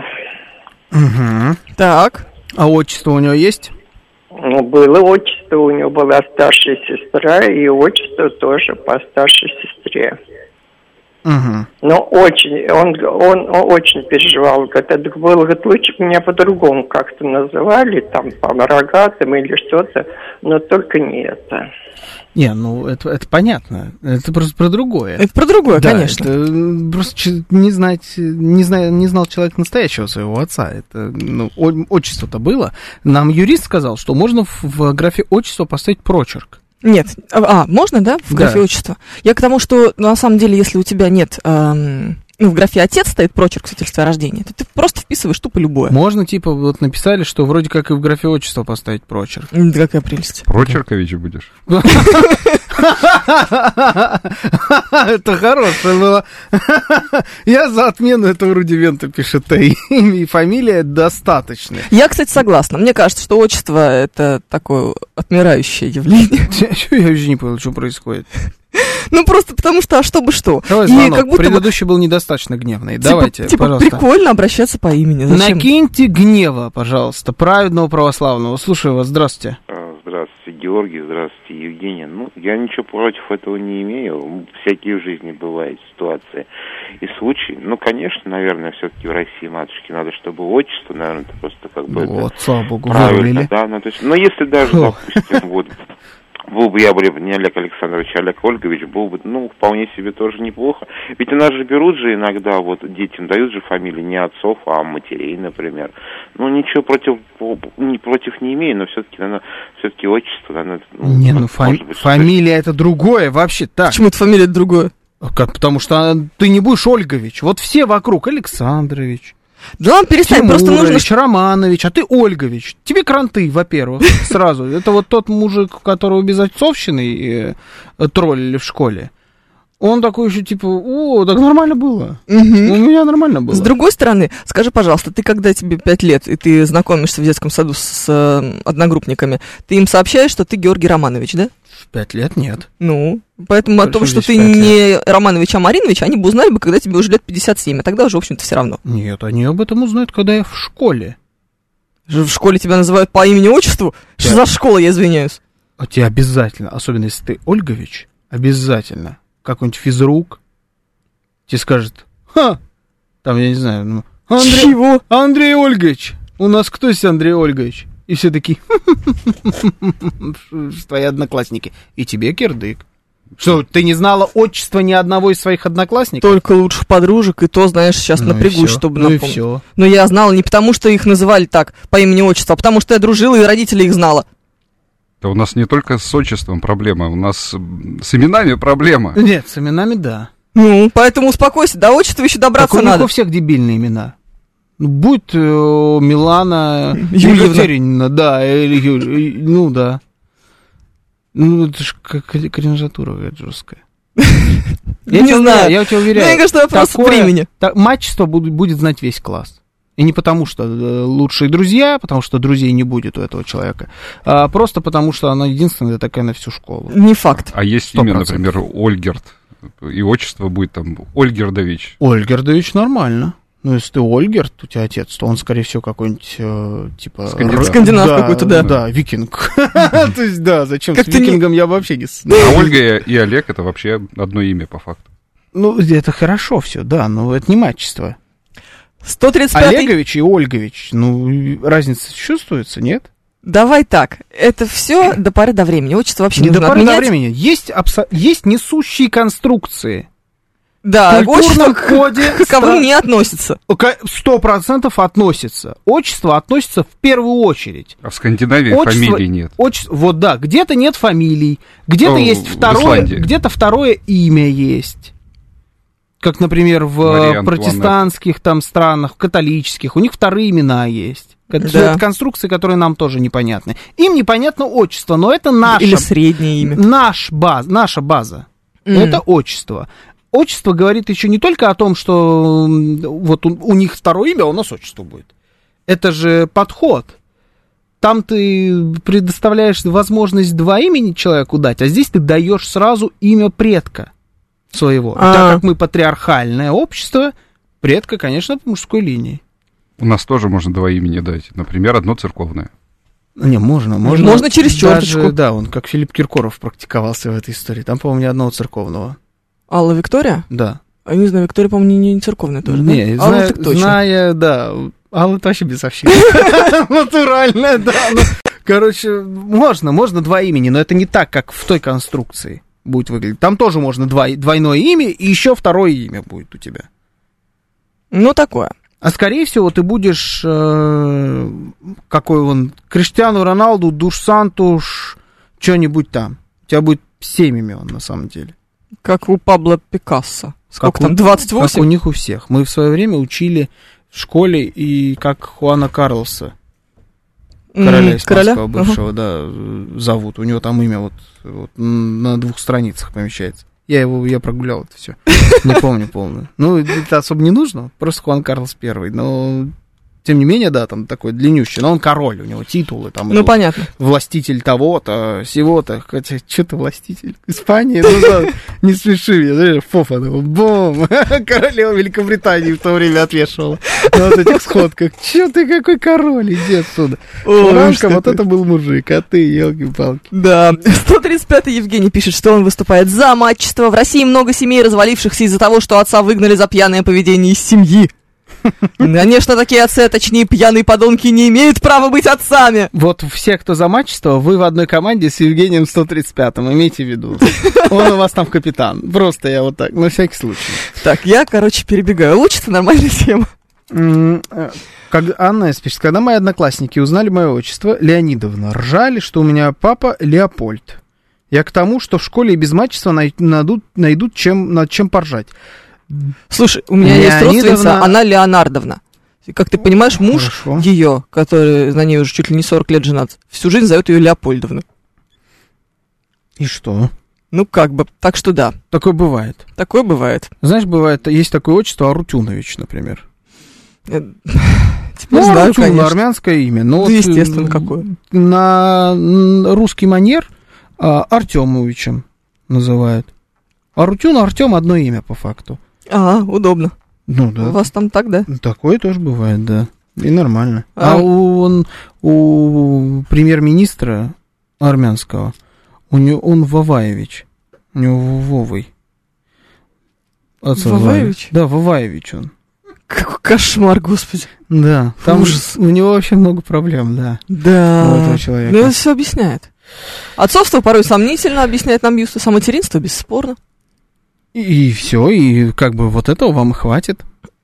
Угу. Так. А отчество у него есть? Ну, было отчество, у него была старшая сестра, и отчество тоже по старшей сестре. Угу. Но очень, он, он, он очень переживал. Говорит, это было, говорит, лучше бы меня по-другому как-то называли, там, по рогатым или что-то, но только не это. Не, ну, это, это понятно. Это просто про другое. Это про другое, да, конечно. Это просто не знать, не, зна, не знал человек настоящего своего отца. Это, ну, отчество-то было. Нам юрист сказал, что можно в, в графе отчества поставить прочерк. Нет. А, можно, да, в графе да. отчества? Я к тому, что, ну, на самом деле, если у тебя нет... Эм... Ну, в графе «отец» стоит прочерк свидетельства о рождении, то ты просто вписываешь тупо любое. Можно, типа, вот написали, что вроде как и в графе отчества поставить прочерк. Да какая прелесть. Прочеркович будешь. Это хорошее было. Я за отмену этого рудимента, пишет Тэй. Имя и фамилия достаточно. Я, кстати, согласна. Мне кажется, что отчество — это такое отмирающее явление. Я вообще не понял, что происходит. Ну, просто потому что, а чтобы что? Давай звонок. Как будто предыдущий бы... был недостаточно гневный. Типа, Давайте, типа пожалуйста. Прикольно обращаться по имени. Зачем? Накиньте гнева, пожалуйста, праведного православного. Слушаю вас, здравствуйте. Здравствуйте, здравствуйте, Георгий, здравствуйте, Евгения. Ну, я ничего против этого не имею. Всякие в жизни бывают ситуации и случаи. Ну, конечно, наверное, все-таки в России, матушки, надо, чтобы отчество, наверное, это просто как бы... Вот, это слава богу, правильно, вырвали. да, ну, то есть, но если даже, Фу. допустим, вот... Был бы я, бы не Олег Александрович, а Олег Ольгович, был бы, ну, вполне себе тоже неплохо. Ведь у нас же берут же иногда, вот, детям дают же фамилии не отцов, а матерей, например. Ну, ничего против, не, против не имею, но все-таки, наверное, все-таки отчество, наверное... Ну, не, ну, фами- быть, фамилия это другое вообще, так. Почему это фамилия другое? Как, потому что ты не будешь Ольгович. Вот все вокруг Александрович, Да ладно, перестань, просто нужно... Тимурович, Романович, а ты Ольгович. Тебе кранты, во-первых, сразу. Это вот тот мужик, которого без отцовщины э, троллили в школе. Он такой еще типа, о, так нормально было. Угу. У меня нормально было. С другой стороны, скажи, пожалуйста, ты когда тебе пять лет, и ты знакомишься в детском саду с, с э, одногруппниками, ты им сообщаешь, что ты Георгий Романович, да? В пять лет нет. Ну, поэтому о том, что ты не Романович, а Маринович, они бы узнали бы, когда тебе уже лет пятьдесят семь, а тогда уже, в общем-то, все равно. Нет, они об этом узнают, когда я в школе. В школе тебя называют по имени-отчеству? Что Да. за школа, я извиняюсь? А тебе обязательно, особенно если ты Ольгович, обязательно какой-нибудь физрук тебе скажет, ха, там, я не знаю, ну, Андрей, Чего? Андрей Ольгович, у нас кто есть Андрей Ольгович? И все такие, твои одноклассники. И тебе кирдык. Что, ты не знала отчества ни одного из своих одноклассников? Только лучших подружек, и то, знаешь, сейчас Ну и напрягусь, всё, чтобы ну и напомнить. всё. Но я знала не потому, что их называли так, по имени-отчеству, а потому что я дружила, и родители их знала. Да у нас не только с отчеством проблема, у нас м, с именами проблема. Нет, с именами да. Ну, поэтому успокойся, до отчества еще добраться Так у них надо. у всех дебильные имена. Ну, Будь э, Милана Юрьевна. Екатеринина, да, или Юль- ну да. Ну, это ж как кринжатура какая-то жесткая. Я Не тебя знаю. уверяю, я тебя Ну, уверяю. мне кажется, вопрос такое- времени. та- Мачество будет, будет знать весь класс. И не потому, что э, лучшие друзья, потому что друзей не будет у этого человека, а просто потому, что она единственная такая на всю школу. Не факт. А есть Сто имя, процентов. например, Ольгерт, и отчество будет там Ольгердович. Ольгердович нормально. Ну, если ты Ольгерт, у тебя отец, то он, скорее всего, какой-нибудь, э, типа... Скандинав. Скандинав какой-то, да. Да, викинг. То есть, да, зачем с Как-то не- викингом я вообще не... с- А Ольга и Олег это вообще одно имя по факту. Ну, это хорошо все, да, но это не мачество. сто тридцать пятый. Олегович и Ольгович, ну, разница чувствуется, нет? Давай так, это все до поры до времени. Отчество вообще Не не до нужно поры до отменять. времени. Есть, абсо- есть несущие конструкции. Да, В культурном отчество к коде к таковым ста- не относится. Сто процентов относится. Отчество относится в первую очередь. А в Скандинавии Отчество- фамилий нет. Отчество, вот да, где-то нет фамилий, где-то О, есть в второе, Исландии. где-то второе имя есть. Как, например, в Мария э, Антуанетта. протестантских там странах, в католических, у них вторые имена есть. Это, Да. это конструкции, которые нам тоже непонятны. Им непонятно отчество, но это наша, Или среднее имя. наш баз, наша база. Мгм. Это отчество. Отчество говорит еще не только о том, что м, вот у, у них второе имя, а у нас отчество будет. Это же подход. Там ты предоставляешь возможность два имени человеку дать, а здесь ты даешь сразу имя предка своего. А. Так как мы патриархальное общество, предка, конечно, по мужской линии. У нас тоже можно два имени дать. Например, одно церковное. Не, можно, можно. Можно через даже, черточку. Да, он как Филипп Киркоров практиковался в этой истории. Там, по-моему, ни одного церковного. Алла Виктория? Да. А не знаю, Виктория, по-моему, не, не церковная тоже, Не, да? Алла зная, так точно. зная, да. Алла это вообще без общения. Натурально, да. ну, Короче, можно, можно два имени, но это не так, как в той конструкции будет выглядеть. Там тоже можно два, двойное имя, и еще второе имя будет у тебя. Ну, такое. А скорее всего, ты будешь, э, какой он, Криштиану Роналду, Душ Сантуш, что-нибудь там. У тебя будет семь имен, на самом деле. Как у Пабло Пикассо. Сколько Как у- там, двадцать Как восемь? у них у всех. Мы в свое время учили в школе и как Хуана Карлоса, короля М, испанского Ага. бывшего, да, зовут. У него там имя вот, вот на двух страницах помещается. Я его, я прогулял это все. Не помню полную. Ну, это особо не нужно. Просто Хуан Карлос Первый. Но тем не менее, да, там такой длиннющий, но он король, у него титулы, там, ну, понятно. Властитель того-то, сего-то, хотя, что ты властитель Испании, ну, да, не смеши меня, знаешь, Фофа, бум, королева Великобритании в то время отвешивала на вот этих сходках, че ты, какой король, иди отсюда. Рамка, вот это был мужик, а ты, елки-палки. Да, сто тридцать пятый Евгений пишет, что он выступает за мачество. В России много семей, развалившихся из-за того, что отца выгнали за пьяное поведение из семьи. Конечно, такие отцы, а точнее пьяные подонки, не имеют права быть отцами. Вот все, кто за мачество, вы в одной команде с Евгением сто тридцать пятым, имейте в виду. Он у вас там капитан. Просто я вот так, на всякий случай. Так, я, короче, перебегаю. Лучше-то нормальная тема. Как Анна пишет, когда мои одноклассники узнали мое отчество, Леонидовна, ржали, что у меня папа Леопольд. Я к тому, что в школе и без мачества найдут, найдут чем, над чем поржать. Слушай, у меня есть родственница, она Леонардовна. Как ты понимаешь, муж Хорошо. ее, который на ней уже чуть ли не сорок лет женат, всю жизнь зовет ее Леопольдовна. И что? Ну, как бы, так что да. Такое бывает. Такое бывает. Знаешь, бывает, есть такое отчество Арутюнович, например. Теперь ну, знаю, Арутюн, конечно. армянское имя. Но ну, вот естественно, какое. На русский манер Артемовичем называют. Арутюн, Артем одно имя по факту. А, удобно. Ну да. У вас там так, да? Такое тоже бывает, да. И нормально. А, а у, он, у премьер-министра армянского, у него, он Ваваевич. У него Вовой. Ваваевич? Да, Ваваевич он. Какой кошмар, господи. Да, там ужас. У него вообще много проблем, да. Да. У этого человека. Ну, это все объясняет. Отцовство порой сомнительно, объясняет нам Юстас, а материнство бесспорно. И, и все, и как бы вот этого вам и хватит.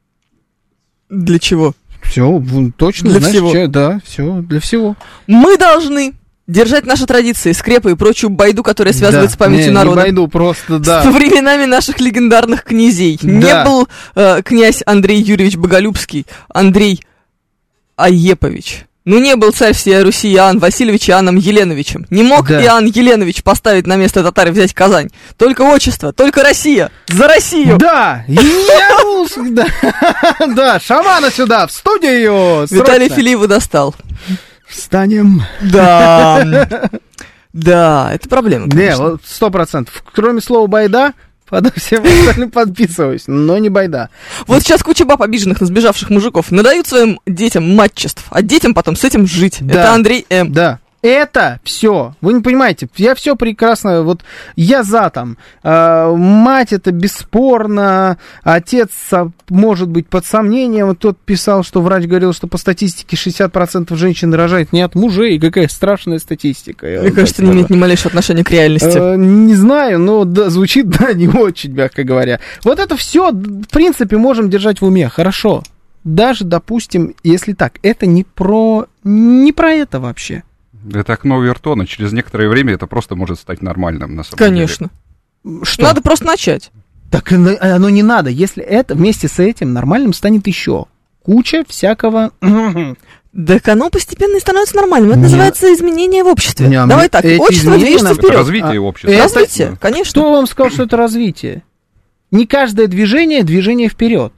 Для чего? Все, точно, для знаешь, всего. Че, да, все, для всего. Мы должны держать наши традиции, скрепы и прочую байду, которая связывает да, с памятью не, народа. Не байду, просто, да. С временами наших легендарных князей. Да. Не был э, князь Андрей Юрьевич Боголюбский, Андрей Аепович. Ну, не был царь всей Руси Иоанн Васильевич Иоанном Еленовичем. Не мог да. Иоанн Еленович поставить на место татар и взять Казань. Только отчество, только Россия. За Россию! Да! Я русский, да. Да, шамана сюда, в студию! Виталий Филиппов достал. Встанем. Да. Да, это проблема, конечно. Не, вот сто процентов. Кроме слова «байда», под всем остальным подписываюсь, но не байда. Вот сейчас куча баб, обиженных на сбежавших мужиков, надают своим детям матчеств, а детям потом с этим жить. Да. Это Андрей М. Да. Это все, вы не понимаете, я все прекрасно, вот я за там, э, мать это бесспорно, отец может быть под сомнением, вот тот писал, что врач говорил, что по статистике шестьдесят процентов женщин рожает не от мужей, какая страшная статистика. Мне кажется, не имеет ни малейшего отношения к реальности. Э, не знаю, но да, звучит, да, не очень, мягко говоря. Вот это все, в принципе, можем держать в уме, хорошо, даже, допустим, если так, это не про, не про это вообще. Это окно Вертона. Через некоторое время это просто может стать нормальным, на самом Конечно. деле. Конечно. Надо просто начать. Так оно не надо. Если это вместе с этим нормальным станет еще куча всякого... Так оно постепенно и становится нормальным. Это не... называется изменение в обществе. Не, Давай так, общество движется вперед. Развитие а, общества. Это... Развитие, конечно. Кто вам сказал, что это развитие? Не каждое движение — движение вперед.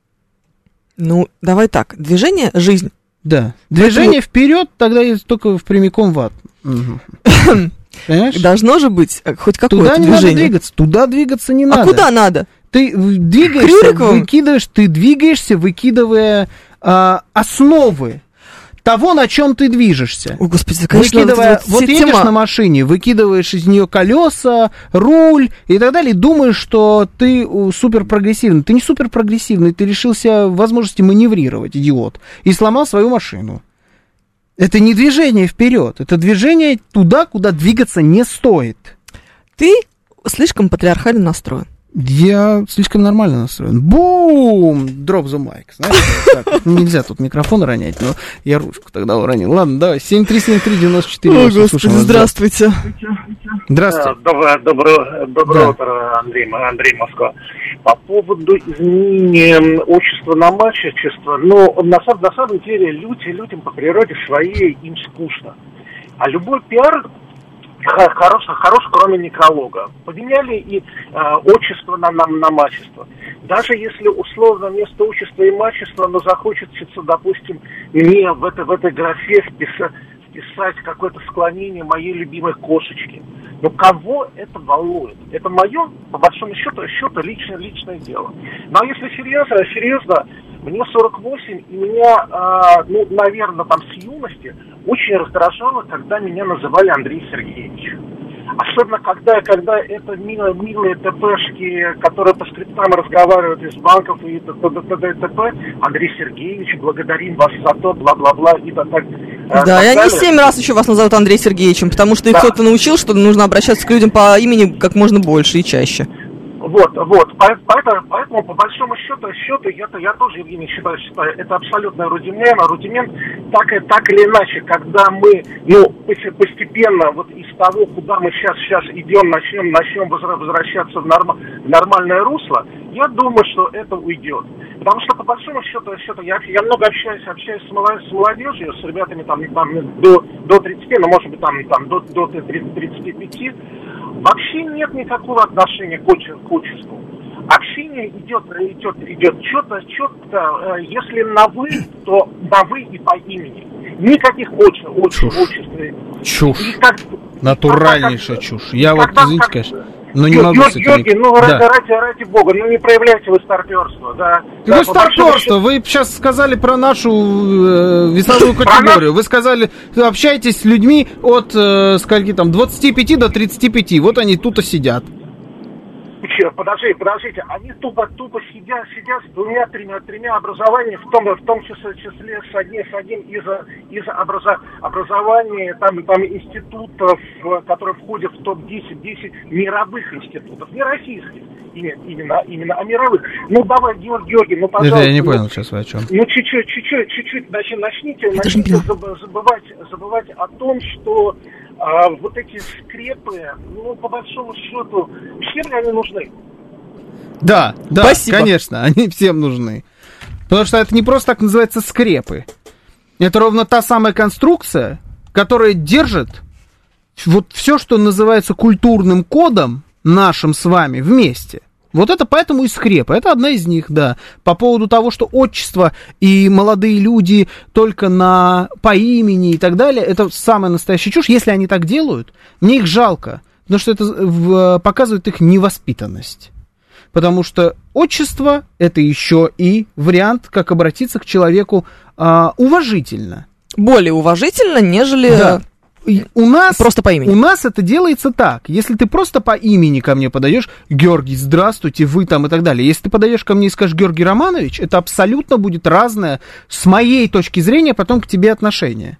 Ну, давай так. Движение — жизнь. Да. Движение Поэтому... вперед, тогда только в прямиком в ад. Угу. Понимаешь? Должно же быть хоть какое-то туда не движение. Надо двигаться, туда двигаться не а надо. А куда надо? Ты двигаешься, Крюриковым? выкидываешь, ты двигаешься, выкидывая а, основы того, на чем ты движешься. О, Господи, конечно, Выкидывая, вот, вот едешь тема... на машине, выкидываешь из нее колеса, руль и так далее, и думаешь, что ты супер прогрессивный. Ты не супер прогрессивный, ты лишился возможности маневрировать, идиот, и сломал свою машину. Это не движение вперед, это движение туда, куда двигаться не стоит. Ты слишком патриархально настроен. Я слишком нормально настроен. Бум! Drop the mic. Знаешь, так, нельзя тут микрофон ронять, но я ручку тогда уронил. Ладно, давай. семь три семь три девяносто четыре восемь. О, Господи, здравствуйте. Здравствуйте. Доброе, доброе, доброе да. утро, Андрей, Андрей Москва. По поводу изменения отчества на мачечество, ну, на, на самом деле люди, людям по природе своей им скучно. А любой пиар хорош, хорош, кроме некролога. Поменяли и э, отчество на, на, на мачество. Даже если условно вместо отчества и мачества, но захочется, допустим, мне в, это, в этой графе вписать, вписать какое-то склонение моей любимой кошечки. Но кого это волнует? Это мое, по большому счету, счету личное, личное дело. Ну а если серьезно, серьезно, мне сорок восемь, и меня, э, ну, наверное, там с юности очень раздражало, когда меня называли Андрей Сергеевич. Особенно, когда, когда это милые, милые ТПшки, которые по скриптам разговаривают из банков и т.д. и т.п. Андрей Сергеевич, благодарим вас за то, бла-бла-бла, и так, так Да, и далее. они семь раз еще вас назовут Андрей Сергеевичем, потому что их Да. кто-то научил, что нужно обращаться к людям по имени как можно больше и чаще. Вот, вот, поэтому, поэтому по большому счету, счету я, я тоже, Евгений, считаю, считаю, это абсолютно рудимент, рудимент, так, и, так или иначе, когда мы, ну, постепенно вот из того, куда мы сейчас, сейчас идем, начнем, начнем возвращаться в, норм, в нормальное русло, я думаю, что это уйдет. Потому что по большому счету, счету я, я много общаюсь, общаюсь с, молодежью, с молодежью, с ребятами там, там до, до тридцати, ну, может быть, там, там до, до тридцати пяти. Вообще нет никакого отношения к отчеству. Общение идет, идет, идет четко, четко. Если на вы, то на вы и по имени. Никаких отчеств. отчеств. Чушь. Как, Натуральнейшая когда, чушь. Я когда, вот, извините, как, конечно, но не Георгий, могу с этим... Георгий, ну, да. ради, ради бога, ну не проявляйте вы старперство, да. Какое да, старперство? Вы сейчас сказали про нашу э, весовую категорию. Вы сказали, общайтесь с людьми от, э, скольки там, двадцати пяти до тридцати пяти. Вот они тут и сидят. Подождите, подождите, они тупо, тупо сидят, сидят с двумя, тремя, тремя образованиями, в том, в том числе, числе с одним, с одним из, из образа, образования, там, там институтов, которые входят в топ десять, десять мировых институтов, не российских, именно, именно, а мировых. Ну, давай, Георгий, Георгий, ну, пожалуйста. Я не ну, понял сейчас вы о чем. Ну, чуть-чуть, чуть-чуть, чуть-чуть, начните, начните забывать, забывать о том, что а, вот эти скрепы, ну, по большому счету, всем ли они нужны? Да, да, Спасибо. Конечно, они всем нужны. Потому что это не просто так называется скрепы. Это ровно та самая конструкция, которая держит вот все, что называется культурным кодом нашим с вами вместе. Вот это поэтому и скрепы. Это одна из них, да. По поводу того, что отчество и молодые люди только на, по имени и так далее, это самая настоящая чушь. Если они так делают, мне их жалко. Потому что это в, показывает их невоспитанность. Потому что отчество — это еще и вариант, как обратиться к человеку а, уважительно. Более уважительно, нежели... Да. У нас, просто по имени. У нас это делается так. Если ты просто по имени ко мне подаешь, Георгий, здравствуйте, вы там и так далее. Если ты подаешь ко мне и скажешь Георгий Романович, это абсолютно будет разное, с моей точки зрения, потом к тебе отношение.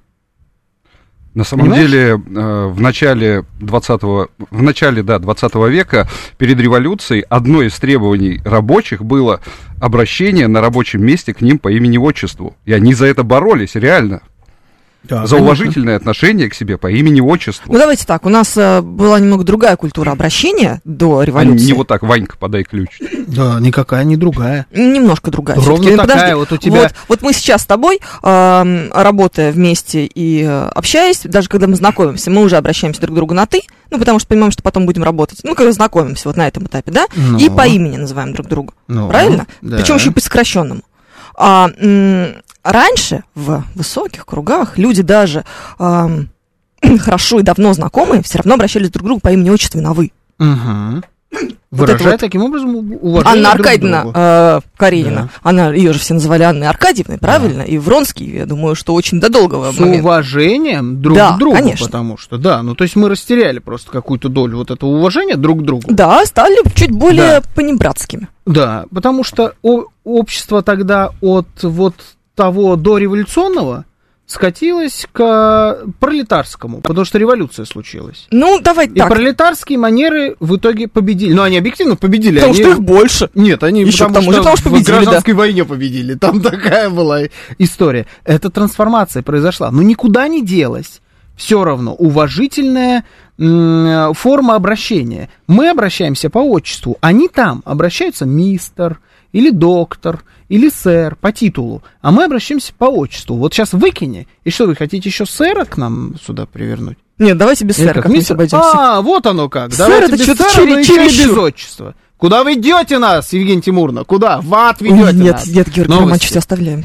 На самом Понимаешь? деле, э, в начале двадцатого, в начале, да, двадцатого века, перед революцией, одно из требований рабочих было обращение на рабочем месте к ним по имени-отчеству. И они за это боролись, реально. Да, за конечно. Уважительное отношение к себе по имени-отчеству. Ну, давайте так, у нас э, была немного другая культура обращения до революции. А не вот так, Ванька, подай ключ. Да, никакая не другая. Немножко другая. Ровно всё-таки. такая, Подожди. вот у тебя... Вот, вот мы сейчас с тобой, э, работая вместе и э, общаясь, даже когда мы знакомимся, мы уже обращаемся друг к другу на «ты», ну, потому что понимаем, что потом будем работать. Ну, когда знакомимся вот на этом этапе, да? Но. И по имени называем друг друга. Но. Правильно? Да. Причем еще и по сокращенному. А, м- раньше в высоких кругах люди даже а, хорошо и давно знакомые все равно обращались друг к другу по имени-отчеству на «вы». Угу. Вот Выражая вот таким образом уважение Анна друг Аркадьевна к другу. э, Каренина, Да. она, ее же все называли Анной Аркадьевной, правильно? Да. И Вронский, я думаю, что очень до долгого С момента. уважением друг Да, к другу, конечно. потому что, да, ну, то есть мы растеряли просто какую-то долю вот этого уважения друг к другу. Да, стали чуть более Да. понебратскими. Да, потому что о- общество тогда от вот того дореволюционного скатилось к пролетарскому, потому что революция случилась. Ну, давай И так, пролетарские манеры в итоге победили. Ну, они объективно победили. потому они... что их больше. Нет, они Еще потому, к тому же, что потому что в победили, гражданской войне победили. Там такая была история. Эта трансформация произошла. Но никуда не делась. Все равно уважительная м- форма обращения. Мы обращаемся по отчеству. Они там обращаются мистер или доктор, или сэр по титулу, а мы обращаемся по отчеству. Вот сейчас выкини, и что, вы хотите еще сэра к нам сюда привернуть? Нет, давайте без сэра, как-нибудь обойдемся. А, вот оно как. Сэр, давайте это без что-то сэра, но еще и чересчур. без отчества. Куда вы идете нас, Евгения Тимуровна? Куда? В ад ведете Ой, нет, нас. нет, Георгий Романович, все оставляем.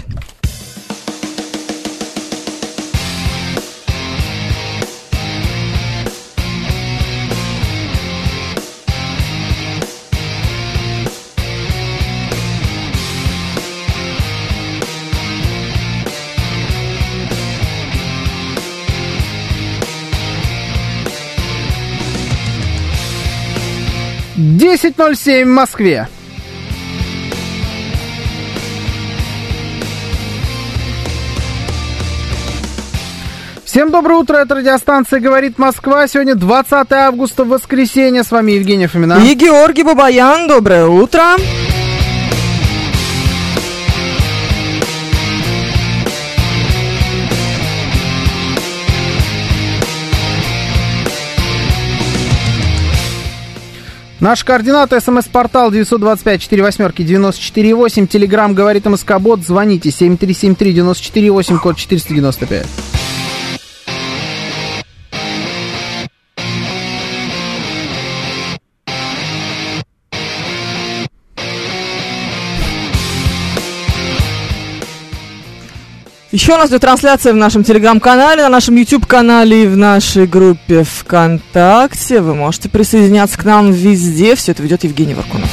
десять ноль семь в Москве. Всем доброе утро, это радиостанция «Говорит Москва». Сегодня двадцатое августа, воскресенье. С вами Евгения Фомина. И Георгий Бабаян. Доброе утро. Наши координаты: смс-портал девять два пять четыре восемь девяносто четыре восемь, телеграмм «Говорит МСК-бот», звоните семь три семь три девяносто четыре восемь, код четыреста девяносто пять. Еще у нас идет трансляция в нашем телеграм-канале, на нашем YouTube-канале и в нашей группе ВКонтакте. Вы можете присоединяться к нам везде. Все это ведет Евгений Варкунов.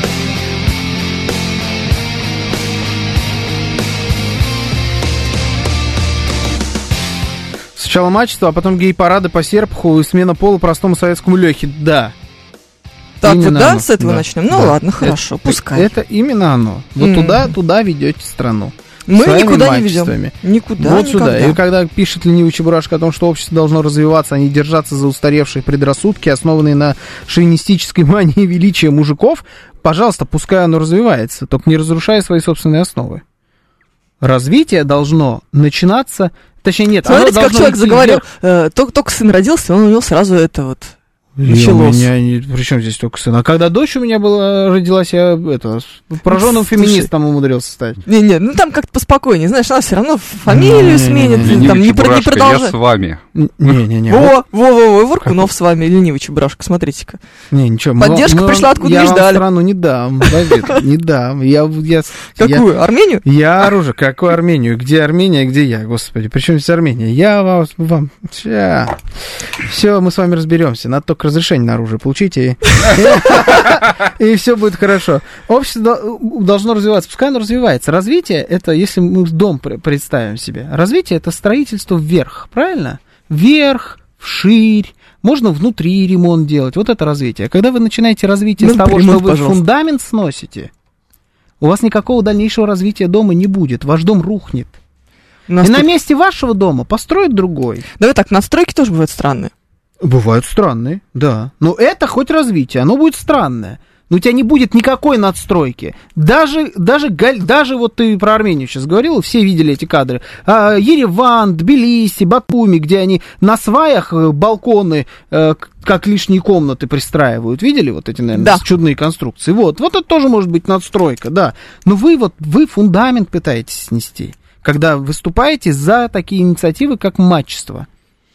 Сначала мачество, а потом гей-парады по Серпухову и смена пола простому советскому Лехе. Да. Так именно вот, да, оно. с этого Да. начнем? Ну Да. ладно, хорошо, это, пускай. Это именно оно. Вот Mm. туда, туда ведете страну. Мы Своими никуда не ведем. мачествами. Никуда, Вот сюда. никогда. И когда пишет ленивый Чебурашка о том, что общество должно развиваться, а не держаться за устаревшие предрассудки, основанные на шовинистической мании величия мужиков, пожалуйста, пускай оно развивается, только не разрушая свои собственные основы. Развитие должно начинаться... Точнее, нет, Смотрите, оно как должно человек идти заговорил. вверх. Э, только, только сын родился, он у него сразу это вот началось. У меня не... Причем здесь только сын? А когда дочь у меня была, родилась, я это, пораженным Слушай, феминистом умудрился стать. Не-не, ну там как-то поспокойнее, знаешь, она все равно фамилию сменит, Ленивый там не, про- не Чебурашка, я продолжает. с вами. Не-не-не. Во, во, во, во, Варкунов с вами, ленивый Чебурашка, смотрите-ка. Не, ничего. мы Поддержка вам- мы пришла, вам- откуда я не вам ждали. страну не дам, Давид, не дам. Я, я, Какую, я, Армению? я оружие. Какую Армению? Где Армения, где я, господи? Причем здесь Армения? Я вас, вам... Ща. Все, мы с вами разберемся. Надо только разрешение на оружие получить, и, и все будет хорошо. Общество должно развиваться. Пускай оно развивается. Развитие — это, если мы дом представим себе, развитие — это строительство вверх, правильно? Вверх, вширь. Можно внутри ремонт делать. Вот это развитие. Когда вы начинаете развитие Ну, с того, ремонт, что вы пожалуйста. фундамент сносите, у вас никакого дальнейшего развития дома не будет. Ваш дом рухнет. У нас И на тут- месте вашего дома построят другой. Давай так, надстройки тоже бывают странные. Бывают странные, да. Но это хоть развитие, оно будет странное. Но у тебя не будет никакой надстройки. Даже, даже, галь- даже вот ты про Армению сейчас говорил, все видели эти кадры. А, Ереван, Тбилиси, Батуми, где они на сваях э, балконы, э, к- как лишние комнаты пристраивают. Видели вот эти, наверное, Да. чудные конструкции? Вот, вот это тоже может быть надстройка, да. Но вы вот, вы фундамент пытаетесь снести, когда выступаете за такие инициативы, как матчество.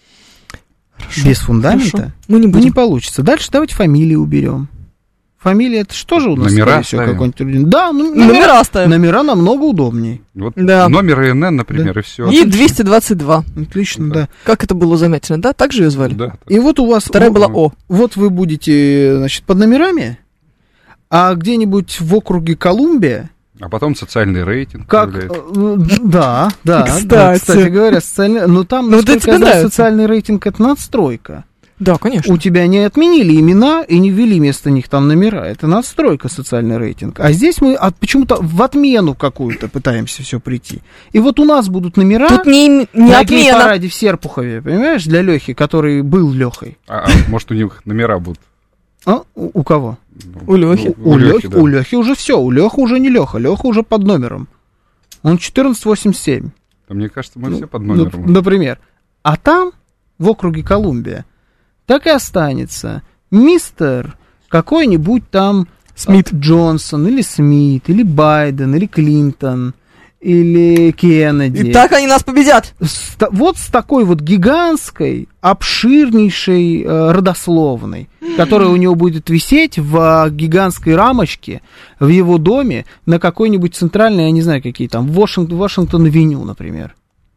Без фундамента Хорошо. Мы не ну, будем. не получится. Дальше давайте фамилии уберем. Фамилия — это что же у нас? Номера скорее всего, ставим. какой-нибудь... Да, ну, Номера ставим. Номера намного удобней. Вот Да. номер ИНН, например, и все. И двести двадцать два. Отлично, Да. да. Как это было заметно, да? Так же ее звали? Да. И вот у вас... Вторая вот- была О. Вот вы будете, значит, под номерами, а где-нибудь в округе Колумбия, А потом социальный рейтинг. как... появляется. э, Да, да. Кстати. да, Кстати говоря, социальный... Но там, Ну, вот это насколько тебе я знаю, нравится. социальный рейтинг — это надстройка. Да, конечно. У тебя не отменили имена и не ввели вместо них там номера. Это надстройка, социальный рейтинг. А здесь мы от, почему-то в отмену какую-то пытаемся все прийти. И вот у нас будут номера Тут не, не на отмена. гей-параде в Серпухове, понимаешь, для Лехи, который был Лехой. А, а может, у них номера будут? А? У, у кого? У Лехи. У, Лехи, да. у Лехи уже все. У Лехи уже не Леха. Леха уже под номером. Он четырнадцать восемьдесят семь. Да, мне кажется, мы Ну, все под ну, номером. например. А там, в округе Колумбия, так и останется мистер какой-нибудь там Смит. Джонсон, или Смит, или Байден, или Клинтон, или Кеннеди. И так они нас победят. С, вот с такой вот гигантской, обширнейшей э, родословной, которая у него будет висеть в э, гигантской рамочке в его доме на какой-нибудь центральной, я не знаю, какие там, Вашингтон, Вашингтон-авеню, например.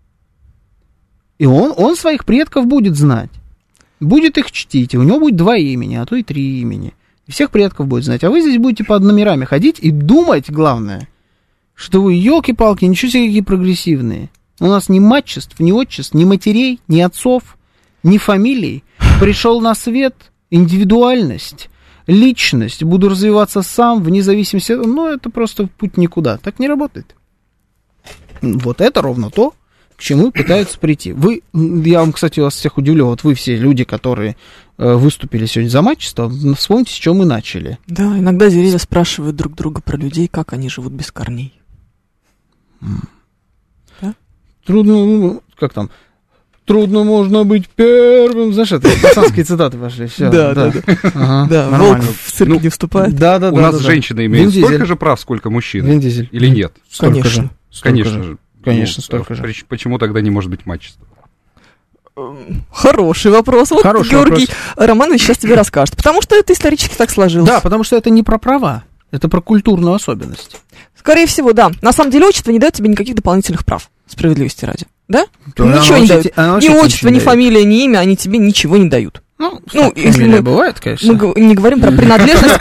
И он, он своих предков будет знать. Будет их чтить. И у него будет два имени, а то и три имени. И всех предков будет знать. А вы здесь будете под номерами ходить и думать, главное, что вы, елки-палки, ничего себе какие прогрессивные. У нас ни матчеств, ни отчеств, ни матерей, ни отцов, ни фамилий. Пришел на свет индивидуальность, личность. Буду развиваться сам, вне зависимости. Ну, это просто путь никуда. Так не работает. Вот это ровно то, к чему пытаются прийти. Вы, я вам, кстати, вас всех удивлю. Вот вы все люди, которые э, выступили сегодня за матчество, вспомните, с чего мы начали. Да, иногда деревья спрашивают друг друга про людей, как они живут без корней. Да? Трудно, ну, как там, трудно можно быть первым. Знаешь, это пацанские цитаты пошли. Все, да, да, да. Ага, да, волк в цирк ну, не вступает. Да, да, У да, нас да, женщины да. имеют Вин столько Дизель. же прав, сколько мужчины? Вин Дизель. Или нет? Конечно. Же. Конечно же. Конечно, ну, столько же. Почему тогда не может быть матчества? Хороший вопрос. Вот Хороший Георгий вопрос. Романович сейчас тебе расскажет. Потому что это исторически так сложилось. Да, потому что это не про права. Это про культурную особенность. Скорее всего, да. На самом деле отчество не дает тебе никаких дополнительных прав. Справедливости ради. Да? Да, ничего не дают. Ни отчество, ни фамилия, ни имя, они тебе ничего не дают. Ну, ну если мы, бывает, конечно. Мы не говорим про принадлежность.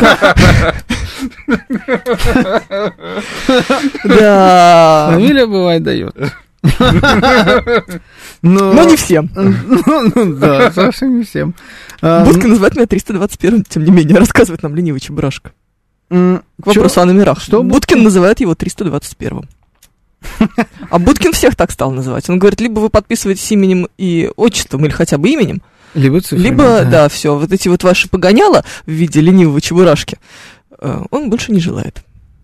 Да. Фамилия бывает дает. Но не всем. Да, совсем не всем. Будка называет меня триста двадцать первым, тем не менее, рассказывает нам ленивый Чебурашка. К вопросу о номерах. Что Будкин называет его триста двадцать первым. А Будкин всех так стал называть. Он говорит, либо вы подписываетесь именем и отчеством, или хотя бы именем, либо цифрами. Либо, да, да все, вот эти вот ваши погоняла в виде ленивого Чебурашки, он больше не желает.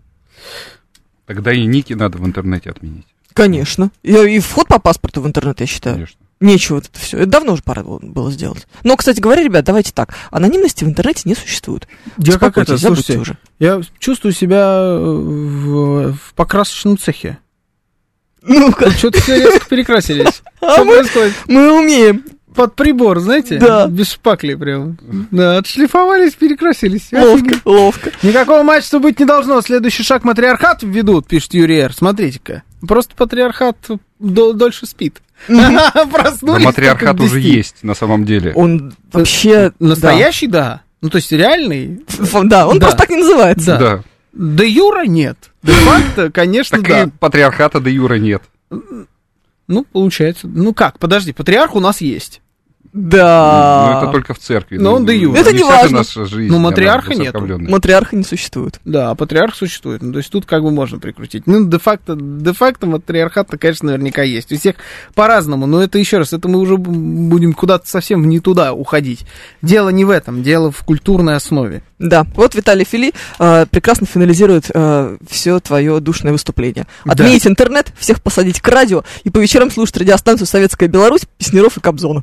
Тогда и ники надо в интернете отменить. Конечно. И, и вход по паспорту в интернет, я считаю. Конечно. Нечего это все. Это давно уже пора было сделать. Но, кстати говоря, ребят, давайте так. Анонимности в интернете не существует. Я как это, слушайте, уже. Я чувствую себя в, в покрасочном цехе. Ну-ка. Что-то все резко перекрасились. А мы, мы умеем. Под прибор, знаете? Да. Без шпакли прям. Да, отшлифовались, перекрасились. Ловко, ловко. Никакого матча быть не должно. Следующий шаг матриархат введут, пишет Юрий Р. Смотрите-ка. Просто патриархат дольше спит. Проснулись. Матриархат уже есть на самом деле. Он вообще... Настоящий, да. Ну, то есть реальный. Да, он просто так не называется. Да. Де юра нет. Де факто, конечно, да. Так и патриархата де юра нет. Ну, получается. Ну как, подожди, патриарх у нас есть. Да. Ну, это только в церкви. Но он де юра. Это не важно. Наша жизнь, ну, матриарха нет. Матриарха не существует. Да, патриарх существует. Ну, то есть тут как бы можно прикрутить. Ну, де-факто, де-факто матриархат-то, конечно, наверняка есть. У всех по-разному. Но это еще раз, это мы уже будем куда-то совсем не туда уходить. Дело не в этом, дело в культурной основе. Да, вот Виталий Фили э, прекрасно финализирует э, все твое душное выступление. Отменить да. интернет, всех посадить к радио и по вечерам слушать радиостанцию «Советская Беларусь», Песняров и Кобзона.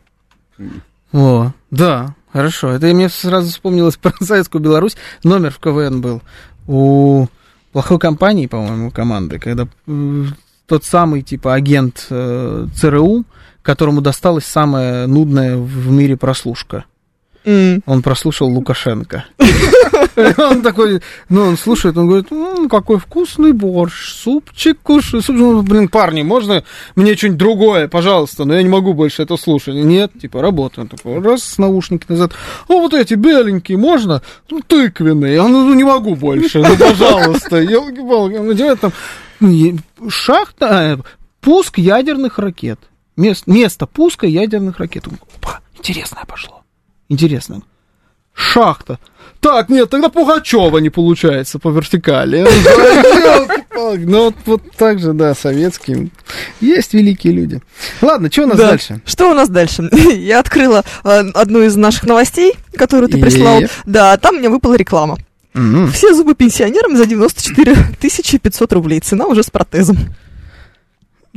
О, да, хорошо. Это мне сразу вспомнилось про Советскую Беларусь. Номер в КВН был у плохой компании, по-моему, команды, когда э, тот самый, типа, агент э, ЦРУ, которому досталась самая нудная в мире прослушка. Mm. Он прослушал Лукашенко. Он такой, ну, он слушает, он говорит, ну, какой вкусный борщ, супчик кушаю. Ну, блин, парни, можно мне что-нибудь другое, пожалуйста, но я не могу больше это слушать. Нет, типа, работаю. Он такой, раз, наушники назад. О, вот эти беленькие, можно? Ну, тыквенные. Он, ну, не могу больше, ну, пожалуйста. Елки-палки. Он надевает там шахта, пуск ядерных ракет. Место, место пуска ядерных ракет. Опа, интересное пошло. Интересно. Шахта. Так, нет, тогда Пугачева не получается по вертикали. Ну, вот, вот так же, да, советские. Есть великие люди. Ладно, что у нас да. дальше? Что у нас дальше? Я открыла э, одну из наших новостей, которую ты прислал. Е-е-е. Да, там мне выпала реклама. Mm-hmm. Все зубы пенсионерам за девяносто четыре тысячи пятьсот рублей. Цена уже с протезом.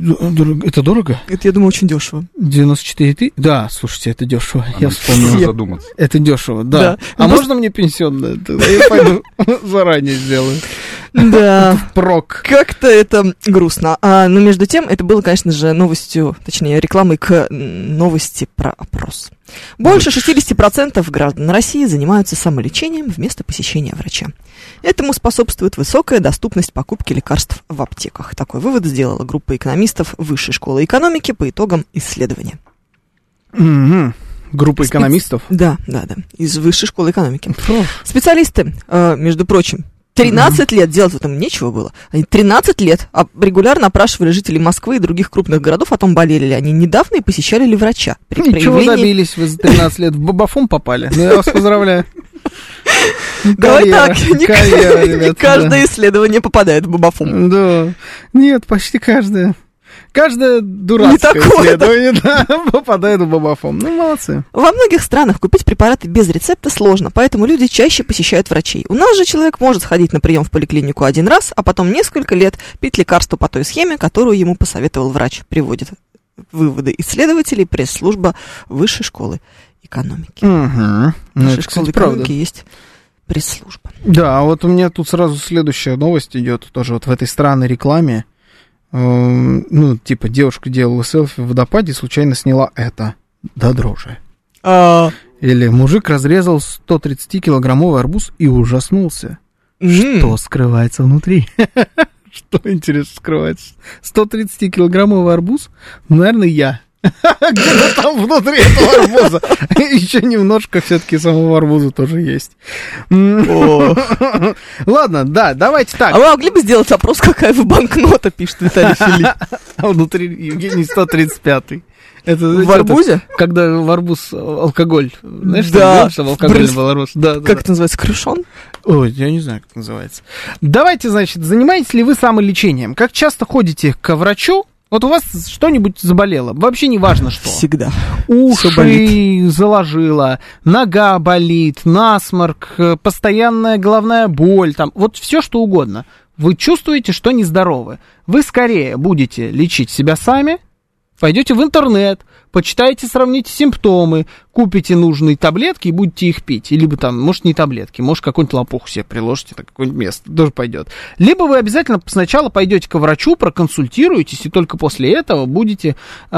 Это дорого? Это, я думаю, очень дешево. девяносто четыре тысячи? Да, слушайте, это дешево. А я вспомнил. Задуматься. Это дешево, да. да. А ну, можно мне пенсионное? Я пойду заранее сделаю. Да. Прок. Как-то это грустно. А, но между тем, это было, конечно же, новостью, точнее, рекламой к новости про опрос. Больше шестьдесят процентов граждан России занимаются самолечением вместо посещения врача. Этому способствует высокая доступность покупки лекарств в аптеках. Такой вывод сделала группа экономистов Высшей школы экономики по итогам исследования. Mm-hmm. Группа экономистов? Да, да, да, из Высшей школы экономики. Фу. Специалисты, э, между прочим, тринадцать лет, делать в этом нечего было. Они тринадцать лет регулярно опрашивали жителей Москвы и других крупных городов о том, болели ли они недавно и посещали ли врача. При Ничего проявлении... добились вы за тринадцать лет, в бабафон попали. Ну, я вас поздравляю. Давай так, не каждое исследование попадает в бабафон. Да, нет, почти каждое. Каждое дурацкое исследование да, попадает в бабафон. Ну, молодцы. Во многих странах купить препараты без рецепта сложно, поэтому люди чаще посещают врачей. У нас же человек может сходить на прием в поликлинику один раз, а потом несколько лет пить лекарства по той схеме, которую ему посоветовал врач. Приводит выводы исследователей пресс-служба Высшей школы экономики. Угу. Высшей школы экономики есть пресс-служба. Да, а вот у меня тут сразу следующая новость идет тоже вот в этой странной рекламе. Ну, типа, девушка делала селфи в водопаде и случайно сняла это. Да, дрожи. А... Или мужик разрезал сто тридцатикилограммовый арбуз и ужаснулся. Mm. Что скрывается внутри? Что, интересно, скрывается? сто тридцатикилограммовый арбуз? Наверное, я. Где-то там внутри этого арбуза. Еще немножко все-таки самого арбуза тоже есть. Ладно, да, давайте так. А вы могли бы сделать опрос, какая вы банкнота, пишет Виталий Филипп. А внутри Евгений сто тридцать пятый. Это, в арбузе? Это, когда в арбуз алкоголь. Знаешь, да. Что алкоголь Брыз... был арбуз? Да, как да. это называется? Крышон? Ой, я не знаю, как это называется. Давайте, значит, занимаетесь ли вы самолечением? Как часто ходите к врачу? Вот у вас что-нибудь заболело, вообще не важно что. Всегда. Уши заложило, нога болит, насморк, постоянная головная боль, там, вот все что угодно. Вы чувствуете, что нездоровы. Вы скорее будете лечить себя сами, пойдете в интернет, почитаете, сравните симптомы, купите нужные таблетки и будете их пить. Либо там, может, не таблетки, может, какую-нибудь лопуху себе приложите на какое-нибудь место, тоже пойдет. Либо вы обязательно сначала пойдете к врачу, проконсультируетесь, и только после этого будете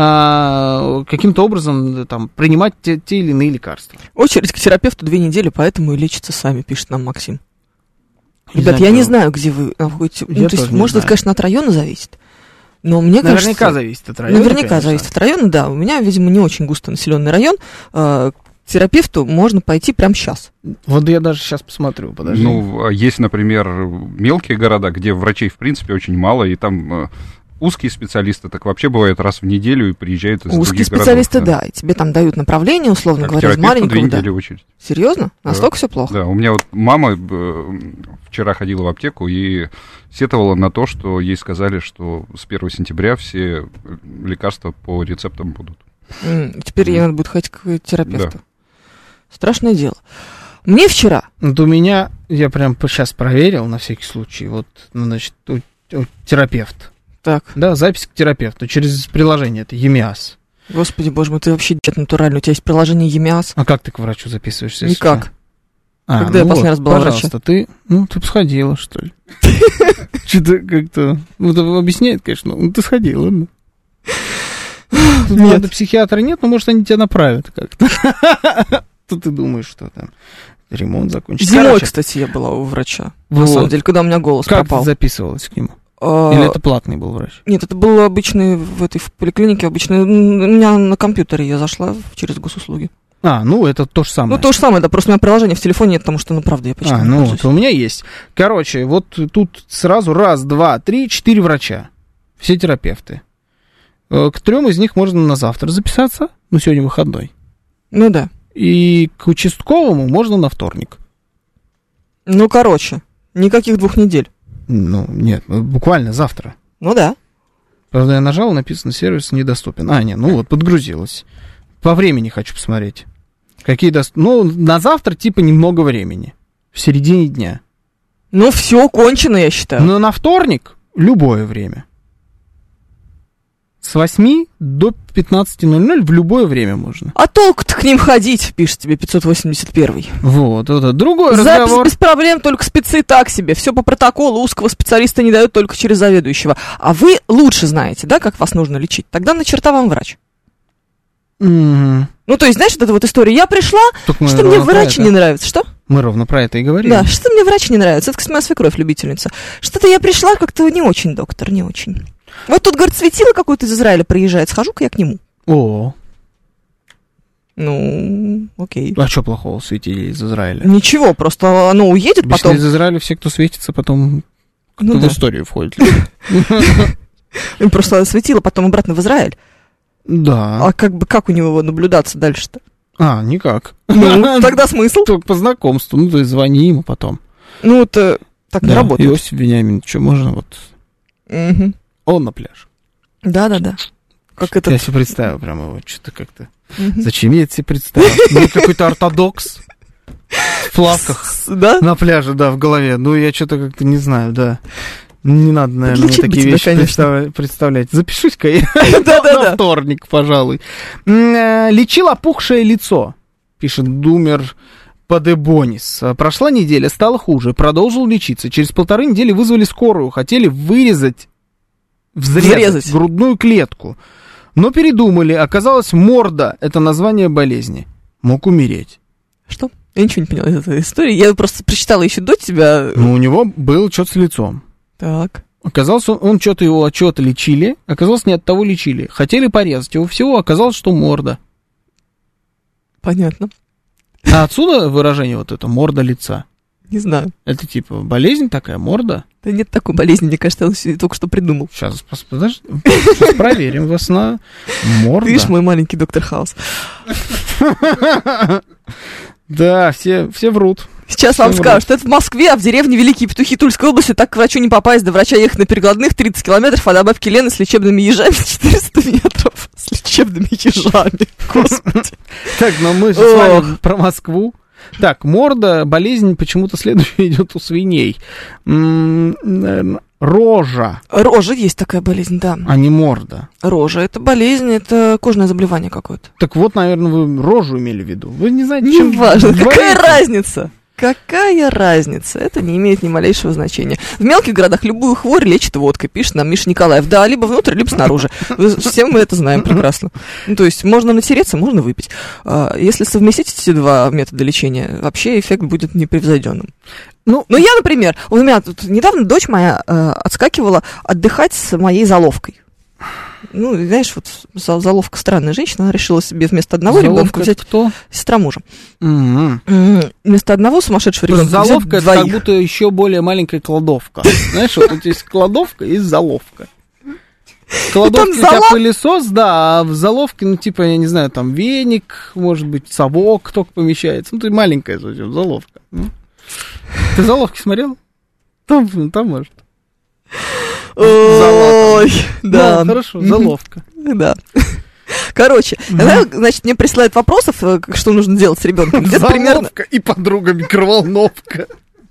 а, каким-то образом там, принимать те, те или иные лекарства. Очередь к терапевту две недели, поэтому и лечатся сами, пишет нам Максим. Ребят, я не знаю, где вы находитесь. Ну, то есть, может, это, конечно, от района зависит. Но мне Наверняка кажется, зависит от района. Наверняка конечно. зависит от района, да. У меня, видимо, не очень густонаселенный район. К терапевту можно пойти прямо сейчас. Вот я даже сейчас посмотрю, подожди. Ну, есть, например, мелкие города, где врачей, в принципе, очень мало, и там узкие специалисты так вообще бывают раз в неделю и приезжают из узкие других специалисты, городов. да, и тебе там дают направление, условно как говоря, из маленького. две недели в очередь. Серьезно? Настолько да. все плохо? Да, у меня вот мама вчера ходила в аптеку и сетовала на то, что ей сказали, что с первого сентября все лекарства по рецептам будут. Mm, теперь mm. ей надо будет ходить к терапевту. Да. Страшное дело. Мне вчера... Вот у меня, я прям сейчас проверил на всякий случай, вот, ну, значит, у, у, терапевт. Так. Да, запись к терапевту через приложение, это ЕМИАС. Господи, боже мой, ты вообще дед натуральный, у тебя есть приложение ЕМИАС? А как ты к врачу записываешься? Никак. А, Когда ну я последний вот, раз была пожалуйста, врача? ты, ну, ты сходила, что ли? Что-то как-то, ну, это объясняет, конечно, ну, ты сходила, ладно? Тут, правда, психиатра нет, но, может, они тебя направят как-то. Тут ты думаешь, что там ремонт закончится. Зимой, кстати, я была у врача, на самом деле, когда у меня голос пропал. Как ты записывалась к нему? Или это платный был врач? Нет, это был обычный, в этой в поликлинике, обычный, у меня на компьютере я зашла через госуслуги. А, ну, это то же самое. Ну, то же самое, да, просто у меня приложение в телефоне нет, потому что, ну, правда, я почти а, не ну, пользуюсь. вот у меня есть. Короче, вот тут сразу раз, два, три, четыре врача. Все терапевты. К трем из них можно на завтра записаться, ну, сегодня выходной. Ну, да. И к участковому можно на вторник. Ну, короче, никаких двух недель. Ну, нет, буквально завтра. Ну, да. Правда, я нажал, написано, сервис недоступен. А, нет, ну вот, подгрузилось. По времени хочу посмотреть. Какие до... Ну, на завтра, типа, немного времени. В середине дня. Ну, все, кончено, я считаю. Но на вторник любое время. С восьми до пятнадцати ноль ноль в любое время можно. А толку-то к ним ходить, пишет тебе пятьсот восемьдесят первый. Вот, это другой Запись разговор. без проблем, только спецы так себе. Все по протоколу, узкого специалиста не дают только через заведующего. А вы лучше знаете, да, как вас нужно лечить? Тогда на черта вам врач. Mm-hmm. Ну, то есть, знаешь, вот эта вот история. Я пришла, Только что мне врач не нравится. Что? Мы ровно про это и говорим. Да, что мне врач не нравится. Это, кстати, моя свекровь, любительница. Что-то я пришла, как-то не очень, доктор, не очень. Вот тут, говорит, светило какое-то из Израиля приезжает, схожу-ка я к нему. О. Ну, окей. А что плохого светили из Израиля? Ничего, просто оно уедет Обычно потом. из Израиля все, кто светится, потом ну, в да. историю входит. Им просто светило потом обратно в Израиль. Да. А как бы как у него наблюдаться дальше-то? А, никак. Ну, тогда смысл? Только по знакомству. Ну, то есть звони ему потом. Ну, это так не работает. Иосиф Вениамин, что можно вот... Он на пляж. Да-да-да. Как это? Я себе представил прям его, что-то как-то... Зачем я это себе представил? Ну, какой-то ортодокс в плавках на пляже, да, в голове. Ну, я что-то как-то не знаю, да. Не надо, наверное, мне такие вещи представлять. Запишись-ка я на вторник, пожалуй. Лечил опухшее лицо, пишет Думер Падебонис. Прошла неделя, стало хуже, продолжил лечиться. Через полторы недели вызвали скорую, хотели вырезать, взрезать, взрезать грудную клетку. Но передумали, оказалось, морда — это название болезни. Мог умереть. Что? Я ничего не поняла из этой истории. Я просто прочитала еще до тебя. Ну, у него было что-то с лицом. Так. Оказалось, он, он что-то его от чего-то лечили, оказалось, не от того лечили. Хотели порезать его всего, оказалось, что морда. Понятно. А отсюда выражение вот это, морда лица. Не знаю. Это типа болезнь такая, морда? Да нет такой болезни, мне кажется, я только что придумал. Сейчас, подожди, сейчас проверим вас на морда. Ты ж мой маленький доктор Хаус. Да, все, все врут. Сейчас все вам врут. Скажу, что это в Москве, а в деревне Великие Петухи Тульской области так к врачу не попасть, до врача ехать на перекладных тридцать километров, а добавки Лены с лечебными ежами четыреста метров. С лечебными ежами, господи. Так, но мы же с вами про Москву. Так, морда, болезнь почему-то следующая идет у свиней. Наверное, рожа. Рожа есть такая болезнь, да. А не морда. Рожа — это болезнь, это кожное заболевание какое-то. Так вот, наверное, вы рожу имели в виду. Вы не знаете, не чем... важно, какая разница? Какая разница? Это не имеет ни малейшего значения. В мелких городах любую хворь лечит водкой, пишет нам Миша Николаев. Да, либо внутрь, либо снаружи. Все мы это знаем прекрасно. Ну, то есть можно натереться, можно выпить. Если совместить эти два метода лечения, вообще эффект будет непревзойденным. Ну, ну я, например, у меня тут недавно дочь моя э, отскакивала отдыхать с моей заловкой. Ну, знаешь, вот заловка странная женщина, она решила себе вместо одного ребенка взять кто? Сестра мужа. Mm-hmm. Вместо одного сумасшедшего ребенка взять заловка — это как будто еще более маленькая кладовка. Знаешь, вот тут есть кладовка и заловка. Кладовка у тебя пылесос, да, а в заловке, ну, типа, я не знаю, там веник, может быть, совок только помещается. Ну, ты маленькая совсем заловка. Ты заловки смотрел? Там, там может. Ой, да. Ну, хорошо, заловка. Да. Короче, она, значит, мне присылает вопросов, что нужно делать с ребенком. Заловка примерно... и подруга микроволновка.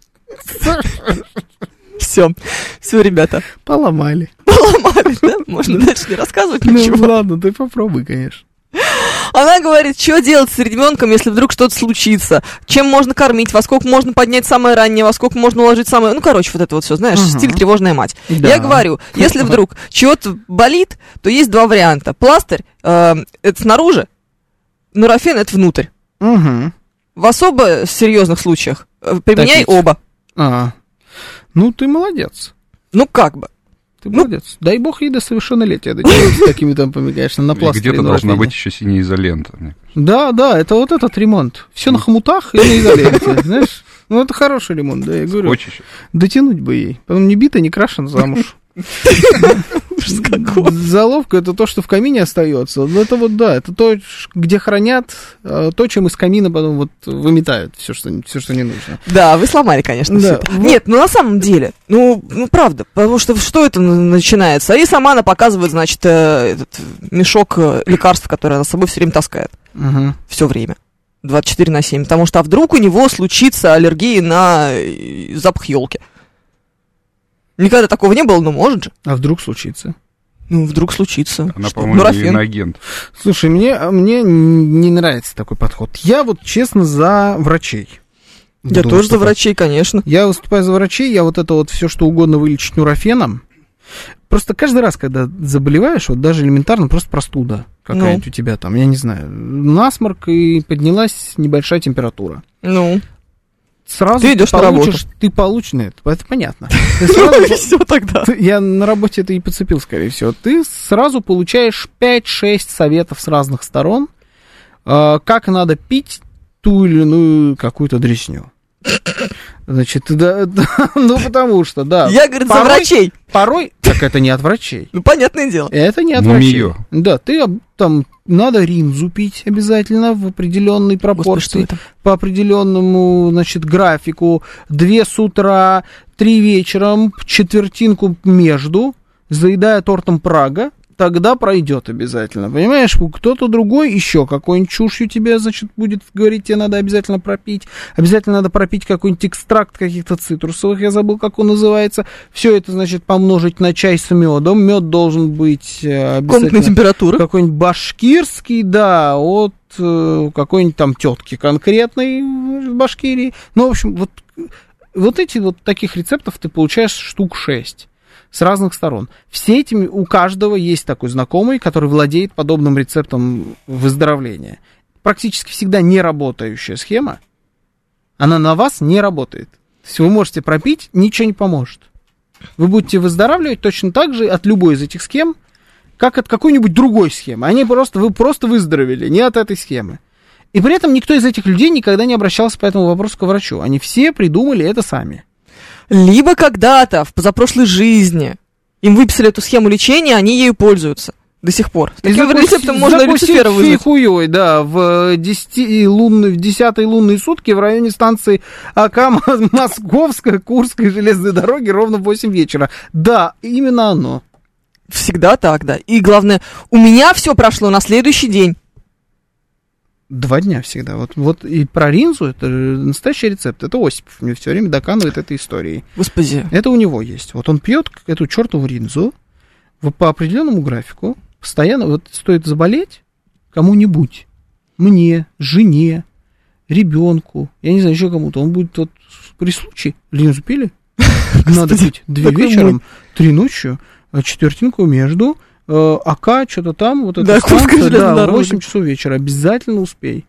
Все, все, ребята. Поломали. Поломали, да? Можно дальше не рассказывать ничего. Ну ладно, ты попробуй, конечно. Она говорит, что делать с ребенком, если вдруг что-то случится, чем можно кормить, во сколько можно поднять самое раннее, во сколько можно уложить самое... Ну, короче, вот это вот все, знаешь, uh-huh. стиль тревожная мать. Да. Я говорю, если вдруг чего-то болит, то есть два варианта. Пластырь э, — это снаружи, нурофен — это внутрь. Uh-huh. В особо серьезных случаях э, применяй так оба. А, ну, ты молодец. Ну, как бы. Ты молодец. Ну, дай бог ей до совершеннолетия дотянуть с такими темпами, конечно, на пластыре. Где-то должна быть еще синяя изолента. Да, да, это вот этот ремонт. Все на хомутах и на изоленте, знаешь. Ну, это хороший ремонт, да, я говорю. Очень. Дотянуть бы ей. Потом не бита, не крашен замуж. Заловка — это то, что в камине остается. Это вот, да, это то, где хранят, то, чем из камина потом вот выметают все, что, все, что не нужно. Да, вы сломали, конечно, да. Все это. Вот. Нет, ну на самом деле, ну, ну правда, потому что что это начинается? И сама она показывает, значит, этот мешок лекарств, который она с собой все время таскает. Угу. Все время. двадцать четыре на семь. Потому что а вдруг у него случится аллергия на запах елки. Никогда такого не было, но может же. А вдруг случится? Ну, вдруг случится. Она, что? по-моему, Нурофен. иноагент. Слушай, мне, мне не нравится такой подход. Я вот, честно, за врачей. Я тоже за врачей, конечно. Я выступаю за врачей, я вот это вот все, что угодно вылечить нурофеном. Просто каждый раз, когда заболеваешь, вот даже элементарно, просто простуда какая-нибудь ну. у тебя там, я не знаю, насморк, и поднялась небольшая температура. Ну. Сразу ты идешь ты на получишь, работу. Ты получишь, нет, это понятно. Все тогда. Я на работе это и подцепил, скорее всего. Ты сразу получаешь пять-шесть советов с разных сторон, как надо пить ту или иную какую-то дресню. Значит, да, да, ну потому что, да. Я, говорит, порой, за врачей. Порой, так это не от врачей. Ну, понятное дело. Это не от врачей. Да, ты там, надо ринзу пить обязательно в определенной пропорции, по определенному, значит, графику. Две с утра, три вечером, четвертинку между, заедая тортом Прага. Тогда пройдет обязательно, понимаешь? Кто-то другой еще какой-нибудь чушью тебе, значит, будет говорить, тебе надо обязательно пропить. Обязательно надо пропить какой-нибудь экстракт каких-то цитрусовых, я забыл, как он называется. Все это, значит, помножить на чай с медом. Мед должен быть обязательно... Комнатной температуры. Какой-нибудь башкирский, да, от э, какой-нибудь там тетки конкретной в Башкирии. Ну, в общем, вот, вот эти вот таких рецептов ты получаешь штук шесть. С разных сторон. Все этими, у каждого есть такой знакомый, который владеет подобным рецептом выздоровления. Практически всегда не работающая схема, она на вас не работает. То есть вы можете пропить, ничего не поможет. Вы будете выздоравливать точно так же от любой из этих схем, как от какой-нибудь другой схемы. Они просто, вы просто выздоровели, не от этой схемы. И при этом никто из этих людей никогда не обращался по этому вопросу к врачу. Они все придумали это сами. Либо когда-то, в позапрошлой жизни, им выписали эту схему лечения, они ею пользуются до сих пор. С таким рецептом можно Люцифера вызвать. Хуёвой, да, в десятой лунной, в десятой лунные сутки в районе станции АК Московской Курской железной дороги ровно в восемь вечера. Да, именно оно. Всегда так, да. И главное, у меня все прошло на следующий день. Два дня всегда. Вот, вот и про ринзу, это настоящий рецепт. Это Осипов мне все время доканывает этой историей. Господи. Это у него есть. Вот он пьет эту чертову ринзу по определенному графику. Постоянно, вот стоит заболеть кому-нибудь, мне, жене, ребенку, я не знаю, еще кому-то, он будет вот при случае, ринзу пили? Надо пить две вечером, три ночью, четвертинку между... АК, что-то там, вот это станция, да, в восемь часов вечера, обязательно успей.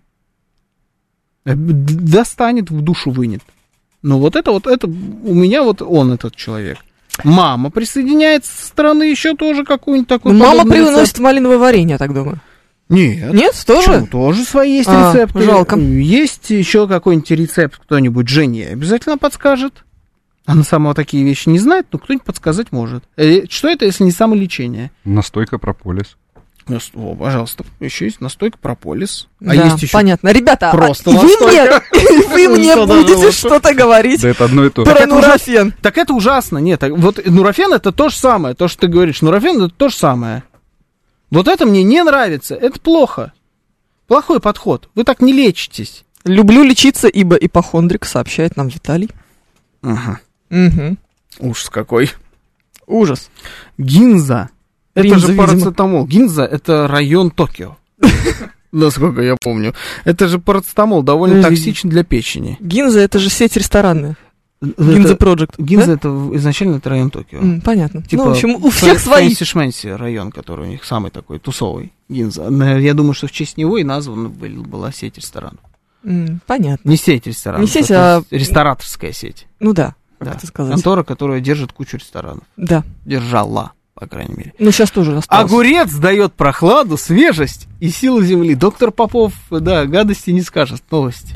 Достанет, в душу вынет. Но вот это вот, это у меня вот он, этот человек. Мама присоединяется со стороны еще тоже какую-нибудь такую. Мама приносит малиновое варенье, я так думаю. Нет. Нет, тоже? Почему? Тоже свои есть а, рецепты. Жалко. Есть еще какой-нибудь рецепт, кто-нибудь жене обязательно подскажет. Она сама такие вещи не знает, но кто-нибудь подсказать может. Что это, если не самолечение? Настойка прополис. О, пожалуйста, еще есть настойка прополис. А да, есть еще понятно. Ребята, просто вы настойка. мне, вы мне будете что-то говорить да это одно и то же. про нурофен. Так это ужасно. Нет, вот нурофен это то же самое. То, что ты говоришь, нурофен это то же самое. Вот это мне не нравится. Это плохо. Плохой подход. Вы так не лечитесь. Люблю лечиться, ибо ипохондрик, сообщает нам Виталий. Ага. Угу. Ужас какой. Ужас. Гинза. Это Ринза, же видимо. парацетамол. Гинза это район Токио. Насколько я помню. Это же парацетамол, довольно токсичен для печени. Гинза это же сеть ресторанная. Гинза Project. Гинза это изначально это район Токио. Понятно. Типа, ну, в общем, у всех свои. Фэнси-шмэнси район, который у них самый такой тусовый. Гинза. Я думаю, что в честь него и названа была сеть ресторанов. Понятно. Не сеть ресторанов. Не сеть, а... рестораторская сеть. Ну да. Да. Это сказать. Контора, которая держит кучу ресторанов. Да. Держала, по крайней мере. Ну, сейчас тоже осталось. Огурец дает прохладу, свежесть и силу земли. Доктор Попов, да, гадости не скажет. Новости.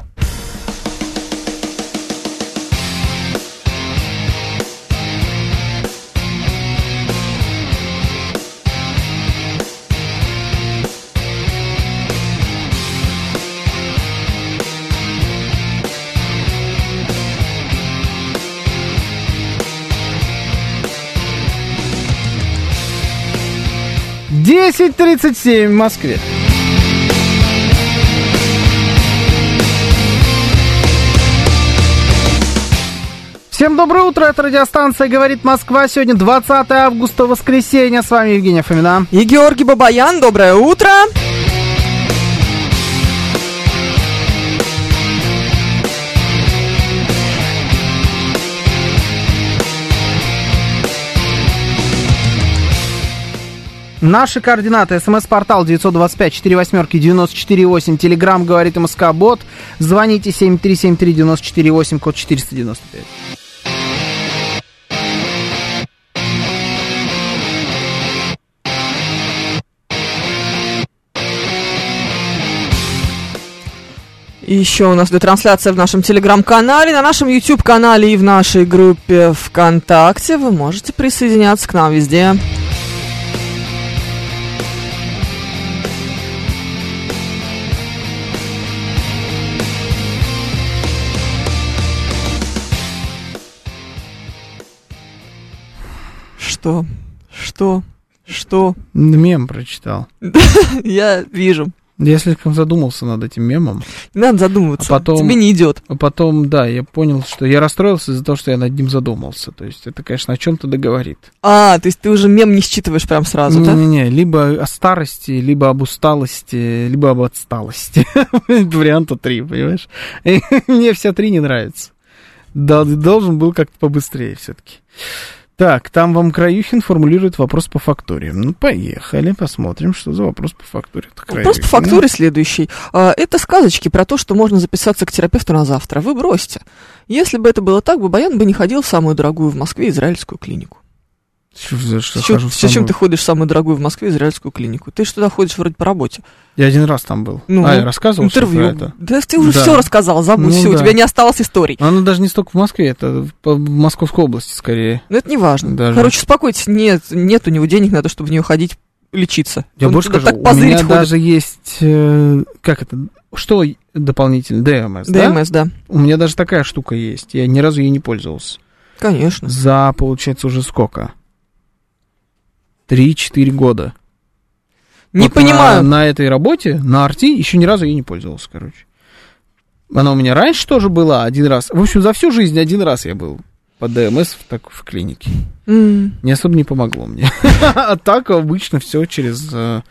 десять тридцать семь в Москве. Всем доброе утро, это радиостанция «Говорит Москва». Сегодня двадцатое августа, воскресенье. С вами Евгения Фомина. И Георгий Бабаян. Доброе утро. Наши координаты. СМС-портал девять два пять четыре восемь девять четыре восемь. Телеграм «Говорит МСК-бот». Звоните семь три семь три девять четыре восемь, код четыреста девяносто пять. И еще у нас идет трансляция в нашем телеграм-канале, на нашем YouTube-канале и в нашей группе ВКонтакте. Вы можете присоединяться к нам везде. Что? Что? Что? Мем прочитал. Я вижу. Я слишком задумался над этим мемом. Не надо задумываться, а потом, тебе не идет. А потом, да, я понял, что я расстроился из-за того, что я над ним задумался. То есть это, конечно, о чем-то договорит. А, то есть ты уже мем не считываешь прям сразу, да? Не-не-не, либо о старости, либо об усталости, либо об отсталости. Варианта три, понимаешь? Мне все три не нравятся. Должен был как-то побыстрее все-таки. Так, там вам Краюхин формулирует вопрос по фактуре. Ну, поехали, посмотрим, что за вопрос по фактуре. Вопрос по фактуре следующий. Это сказочки про то, что можно записаться к терапевту на завтра. Вы бросьте. Если бы это было так, Бабаян бы не ходил в самую дорогую в Москве израильскую клинику. Что, что Чё, зачем самую... ты ходишь в самую дорогую в Москве израильскую клинику? Ты же туда ходишь вроде по работе. Я один раз там был. Ну, а, я рассказывал интервью. Что-то это? Да ты уже да. все рассказал, забудь, ну, все, да. у тебя не осталось историй. Оно даже не столько в Москве, это в Московской области скорее. Ну это не важно. Даже. Короче, успокойтесь, нет, нет у него денег на то, чтобы в нее ходить лечиться. Я Он больше скажу, у меня ходит. Даже есть, э, как это, что дополнительно, ДМС, да? ДМС, да. У меня даже такая штука есть, я ни разу ей не пользовался. Конечно. За, получается, уже сколько? Три-четыре года. Не вот понимаю. На, на этой работе, на Арти, еще ни разу ей не пользовался, короче. Она у меня раньше тоже была один раз. В общем, за всю жизнь один раз я был по ДМС в, так, в клинике. Mm. Не особо не помогло мне. А так обычно все через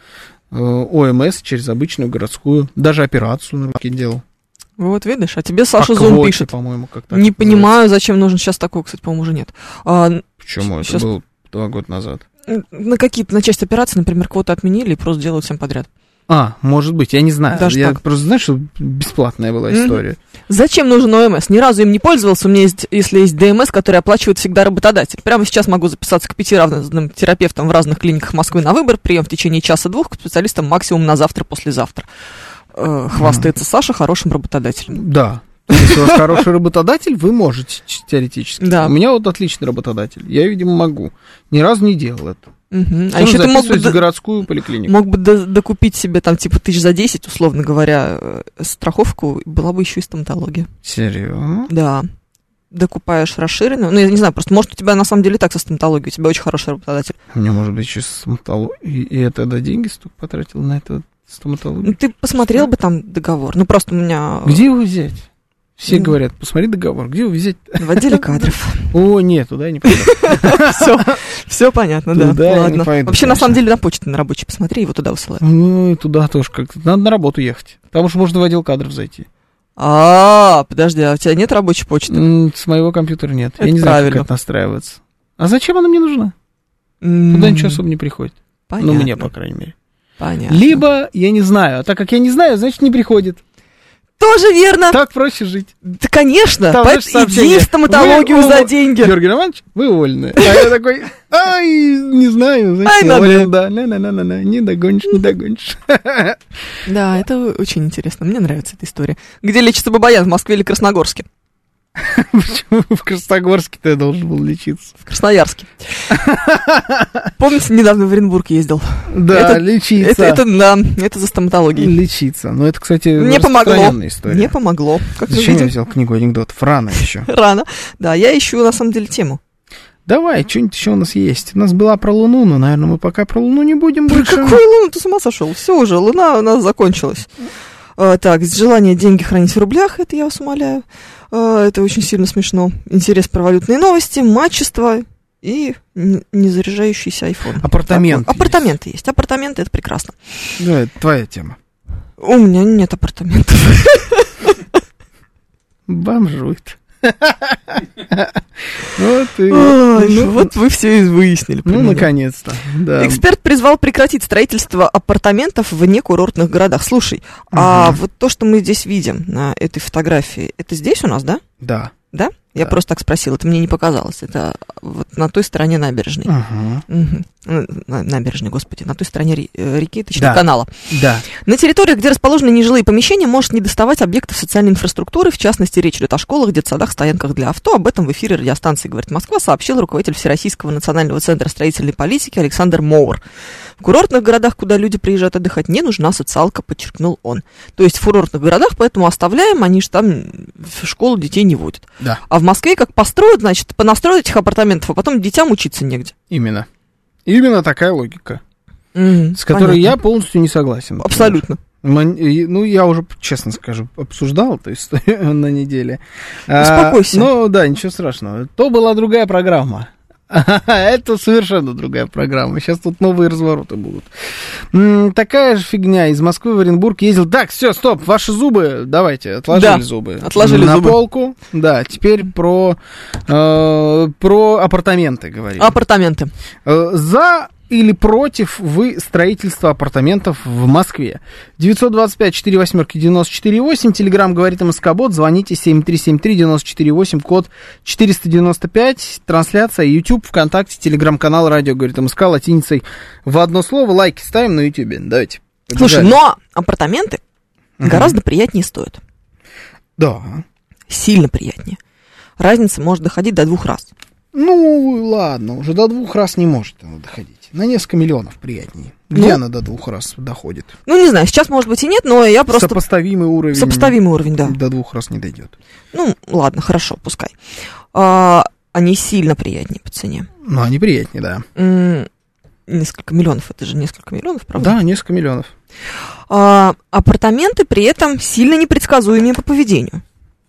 ОМС, через обычную городскую. Даже операцию на руке делал. Вот видишь, а тебе Саша Зум пишет. По-моему, как не понимаю, зачем нужен сейчас такой, кстати, по-моему, уже нет. Почему? Это был два года назад. На какие-то, на часть операций, например, квоты отменили и просто делают всем подряд. А, может быть, я не знаю. Даже я так. просто знаю, что бесплатная была история. Mm-hmm. Зачем нужен ОМС? Ни разу им не пользовался. У меня есть, если есть ДМС, который оплачивает всегда работодатель. Прямо сейчас могу записаться к пяти разным терапевтам в разных клиниках Москвы на выбор. Прием в течение часа-двух, к специалистам максимум на завтра-послезавтра. Э, хвастается mm-hmm. Саша хорошим работодателем. Да. Если у вас хороший работодатель, вы можете теоретически. Да. У меня вот отличный работодатель. Я, видимо, могу. Ни разу не делал это. Угу. А еще ты мог бы в городскую поликлинику. Мог бы до- докупить себе там типа тысяч за десять, условно говоря, страховку, была бы еще и стоматология. Серьезно? Да. Докупаешь расширенную. Ну, я не знаю, просто может у тебя на самом деле так со стоматологией, у тебя очень хороший работодатель. У меня, может быть, еще стоматология. И, и я тогда деньги столько потратил на эту стоматологию. Ну, ты посмотрел Что? бы там договор. Ну, просто у меня... Где его взять? Все говорят, посмотри договор, где его взять? В отделе кадров. О, нет, туда я не пойду. Все, все понятно, да. Ладно. Вообще, на самом деле, на почту на рабочий посмотри, его туда высылают. Ну, и туда тоже как-то. Надо на работу ехать. Потому что можно в отдел кадров зайти. А, подожди, а у тебя нет рабочей почты? С моего компьютера нет. Я не знаю, как это настраиваться. А зачем она мне нужна? Туда ничего особо не приходит. Ну, мне, по крайней мере. Понятно. Либо, я не знаю, а так как я не знаю, значит, не приходит. Тоже верно. Так проще жить. Да, конечно. Иди в стоматологию вы, за деньги. Георгий Романович, вы уволены. А я такой, ай, не знаю, значит, ай, уволен, да, на-на-на-на, не догонишь, не догонишь. Да, это очень интересно. Мне нравится эта история. Где лечится Бабаян, в Москве или Красногорске? Почему в Красногорске-то я должен был лечиться? В Красноярске. Помните, недавно в Оренбург ездил? Да, это, лечиться. Это, это, да, это за стоматологией. Лечиться. Но это, кстати, не помогло. История. Не помогло. Как Зачем я взял книгу анекдотов? Рано еще. Рано. Да, я ищу, на самом деле, тему. Давай, что-нибудь еще у нас есть. У нас была про Луну, но, наверное, мы пока про Луну не будем про больше. Какую Луну? Ты с ума сошел? Все уже, Луна у нас закончилась. А, так, желание деньги хранить в рублях, это я вас умоляю. А, это очень сильно смешно. Интерес про валютные новости, мачество и незаряжающийся айфон. Апартаменты. Вот. Апартаменты есть. Апартаменты, это прекрасно. Да, это твоя тема. У меня нет апартаментов. Бомжует. Вот, и, Ой, ну, вот вы все и выяснили. Ну, наконец-то. Да. Эксперт призвал прекратить строительство апартаментов в некурортных городах. Слушай, угу. а вот то, что мы здесь видим на этой фотографии, это здесь у нас, да? Да. Да? Я да. просто так спросила, это мне не показалось. Это вот на той стороне набережной. Угу. Угу. Набережной, господи, на той стороне реки, точнее, да. канала. Да. На территориях, где расположены нежилые помещения, может недоставать объектов социальной инфраструктуры. В частности, речь идет о школах, детсадах, стоянках для авто. Об этом в эфире радиостанции «Говорит Москва» сообщил руководитель Всероссийского национального центра строительной политики Александр Моур. В курортных городах, куда люди приезжают отдыхать, не нужна социалка, подчеркнул он. То есть в курортных городах, поэтому оставляем, они же там в школу детей не водят. Да. А в Москве как построят, значит, понастроят этих апартаментов, а потом детям учиться негде. Именно. Именно такая логика, mm, с которой понятно. я полностью не согласен. Абсолютно. Ну, я уже, честно скажу, обсуждал эту историю на неделе. Успокойся. А, ну, да, ничего страшного. То была другая программа. Это совершенно другая программа. Сейчас тут новые развороты будут. М-м, такая же фигня. Из Москвы в Оренбург ездил. Так, все, стоп, ваши зубы, давайте, отложили да, зубы. Отложили на зубы. полку. Да, теперь про, э, про апартаменты говорим. Апартаменты. Э, за или против вы строительства апартаментов в Москве? девятьсот двадцать пять сорок восемь девяносто четыре восемь, телеграмм говорит МСК-бот, звоните семь три семь три девять четыре восемь, код четыреста девяносто пять, трансляция, YouTube, ВКонтакте, телеграм-канал радио говорит МСК, латиницей в одно слово, лайки ставим на YouTube, давайте. Побежали. Слушай, но апартаменты uh-huh. гораздо приятнее стоят. Да. Сильно приятнее. Разница может доходить до двух раз. Ну, ладно, уже до двух раз не может она доходить. На несколько миллионов приятнее. Где ну, она до двух раз доходит? Ну, не знаю, сейчас, может быть, и нет, но я просто... Сопоставимый уровень. Сопоставимый уровень, да. До двух раз не дойдет. Ну, ладно, хорошо, пускай. А, они сильно приятнее по цене. Ну, они приятнее, да. М- несколько миллионов, это же несколько миллионов, правда? Да, несколько миллионов. А, апартаменты при этом сильно непредсказуемые по поведению.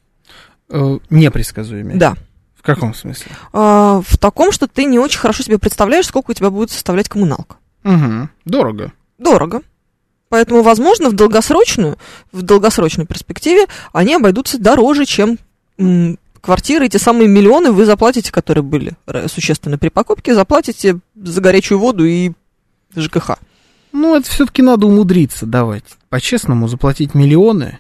Э, непредсказуемые? Да. В каком смысле? А, в таком, что ты не очень хорошо себе представляешь, сколько у тебя будет составлять коммуналка. Угу. Дорого. Дорого. Поэтому, возможно, в долгосрочную, в долгосрочной перспективе они обойдутся дороже, чем м, квартиры. Эти самые миллионы вы заплатите, которые были существенно при покупке, заплатите за горячую воду и ЖКХ. Ну, это все-таки надо умудриться давать. По-честному заплатить миллионы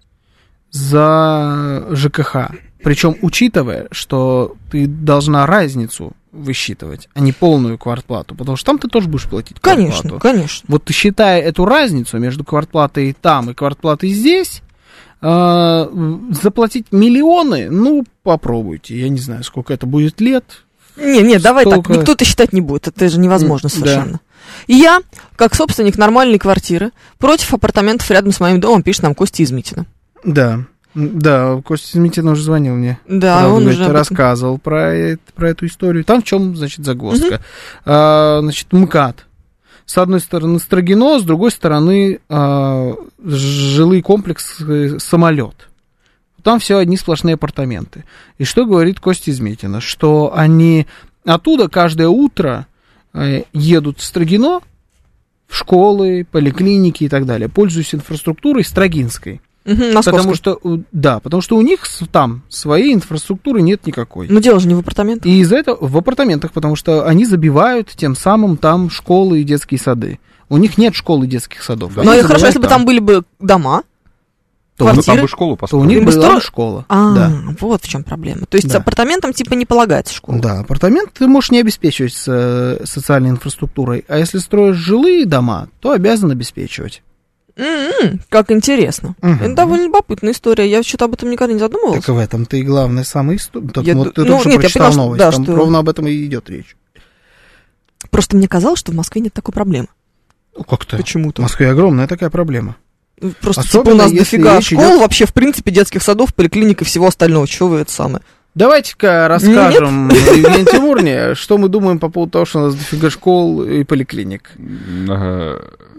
за ЖКХ. Причем учитывая, что ты должна разницу высчитывать, а не полную квартплату, потому что там ты тоже будешь платить квартплату. Конечно, конечно. Вот ты считая эту разницу между квартплатой там и квартплатой здесь, э, заплатить миллионы, ну, попробуйте. Я не знаю, сколько это будет лет. Не, не, давай Столько... так, никто это считать не будет, это же невозможно совершенно. Да. И я, как собственник нормальной квартиры, против апартаментов рядом с моим домом, пишет нам Костя из Митина. Да. Да, Костя Змитин уже звонил мне. Да, Правда, он говорит, уже рассказывал про, это, про эту историю. Там в чем, значит, загвоздка. Угу. А, значит, МКАД. С одной стороны Строгино, с другой стороны а, жилый комплекс «Самолет». Там все одни сплошные апартаменты. И что говорит Костя Змитина? Что они оттуда каждое утро едут в Строгино, в школы, поликлиники и так далее, пользуясь инфраструктурой строгинской. Угу, потому что, да, потому что у них там своей инфраструктуры нет никакой. Но дело же не в апартаментах. И из-за этого в апартаментах, потому что они забивают тем самым там школы и детские сады. У них нет школы и детских садов. Ну, и хорошо, если бы там были бы дома, то квартиры, там бы школу построили. То у них была стро... бы школа. А, да. вот в чем проблема. То есть да. апартаментам типа не полагается школа. Да, апартамент ты можешь не обеспечивать с социальной инфраструктурой, а если строишь жилые дома, то обязан обеспечивать. Mm-hmm, как интересно. Uh-huh. Это довольно любопытная история. Я что-то об этом никогда не задумывалась. Так в этом-то и главная самая история. Я... Вот, ты ну, только что нет, прочитал поняла, новость. Да, Там что... ровно об этом и идет речь. Просто мне казалось, что в Москве нет такой проблемы. Ну, как-то. Почему-то. В Москве огромная такая проблема. Просто особенно, типа у нас дофига школ, идет... вообще, в принципе, детских садов, поликлиник и всего остального. Чего вы это самое? Давайте-ка расскажем Евгении Тимурне, что мы думаем по поводу того, что у нас дофига школ и поликлиник.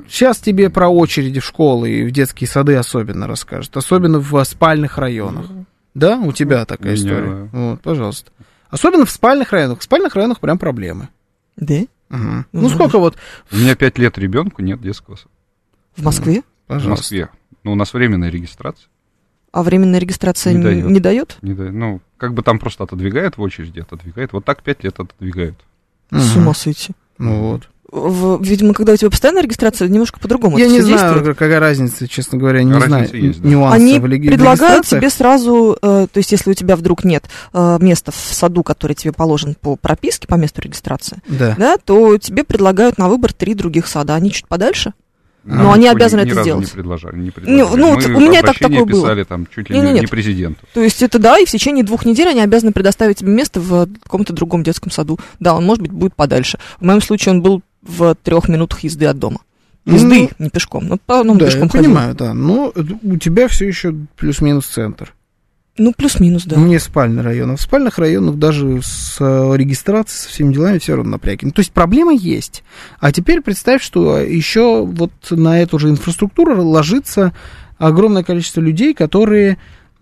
сейчас тебе про очереди в школы и в детские сады особенно расскажут. Особенно в спальных районах. Да, у тебя такая история? Вот, пожалуйста. Особенно в спальных районах. В спальных районах прям проблемы. Да? Угу. Ну, ну, сколько вот... У меня пять лет ребенку, нет детского сада. В Москве? Пожалуйста. В Москве. Ну, у нас временная регистрация. А временная регистрация не, не дает? Не дает? Не дает. Ну, как бы там просто отодвигают в очереди, отодвигают. Вот так пять лет отодвигают. Угу. С ума сойти. Ну вот. В, видимо, когда у тебя постоянная регистрация, немножко по-другому. Я это не все знаю, действует. какая разница, честно говоря, не разница знаю есть, да. нюансов. Они в леги- предлагают тебе сразу, э, то есть если у тебя вдруг нет э, места в саду, который тебе положен по прописке, по месту регистрации, да. Да, то тебе предлагают на выбор три других сада. Они чуть подальше, А но они ни- обязаны ни это разу сделать. Не предложили, не предложили. Ну, ну, Мы у меня так обращение такое было. писали там чуть ли Не, не, не, не нет. президенту. То есть это да, и в течение двух недель они обязаны предоставить тебе место в каком-то другом детском саду. Да, он, может быть, будет подальше. В моем случае он был в трех минутах езды от дома. Езды, ну, не пешком. Ну, по одному да, пешком я ходил. понимаю, да. Но у тебя все еще плюс-минус центр. Ну, плюс-минус, да. Не спальный район. А в спальных районах даже с регистрацией, со всеми делами все равно напряги. Ну, то есть проблема есть. А теперь представь, что еще вот на эту же инфраструктуру ложится огромное количество людей, которые...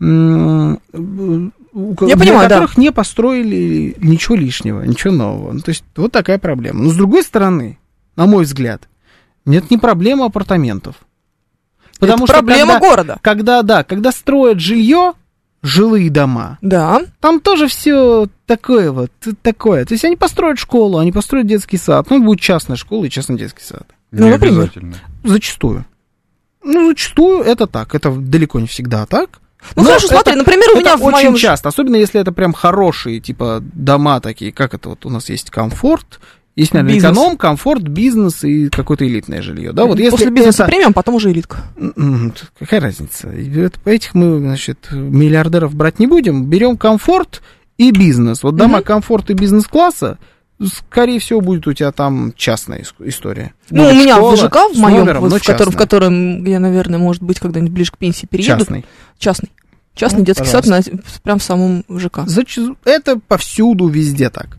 М- у, Я для понимаю, которых да. не построили ничего лишнего, ничего нового. Ну, то есть вот такая проблема. Но с другой стороны, на мой взгляд, нет не проблемы апартаментов. Потому Это что проблема когда, города. Когда, да, когда строят жилье, жилые дома, Да. там тоже все такое вот, такое. То есть они построят школу, они построят детский сад. Ну, будет частная школа и частный детский сад. Ну, Не например. обязательно. Зачастую. Ну, зачастую это так. Это далеко не всегда так. Ну, Но хорошо, смотри, это- например, у это меня в очень моем... часто, особенно если это прям хорошие, типа, дома такие, как это вот у нас есть комфорт, есть, наверное, Бизнес. эконом, комфорт, бизнес и какое-то элитное жилье. Да, вот если После бизнеса это- премиум, потом уже элитка. М, Какая разница? Это- Этих мы, значит, миллиардеров брать не будем. Берем комфорт и бизнес. Вот дома Мгм. комфорт и бизнес-класса, скорее всего, будет у тебя там частная ис- история. Ну, Будет у меня школа в ЖК, в с моем, номером, вот но в, котором, в частная. котором я, наверное, может быть, когда-нибудь ближе к пенсии перееду. Частный. Частный. Частный Ну, детский сад на, прям в самом ЖК. Зач- Это повсюду, везде так.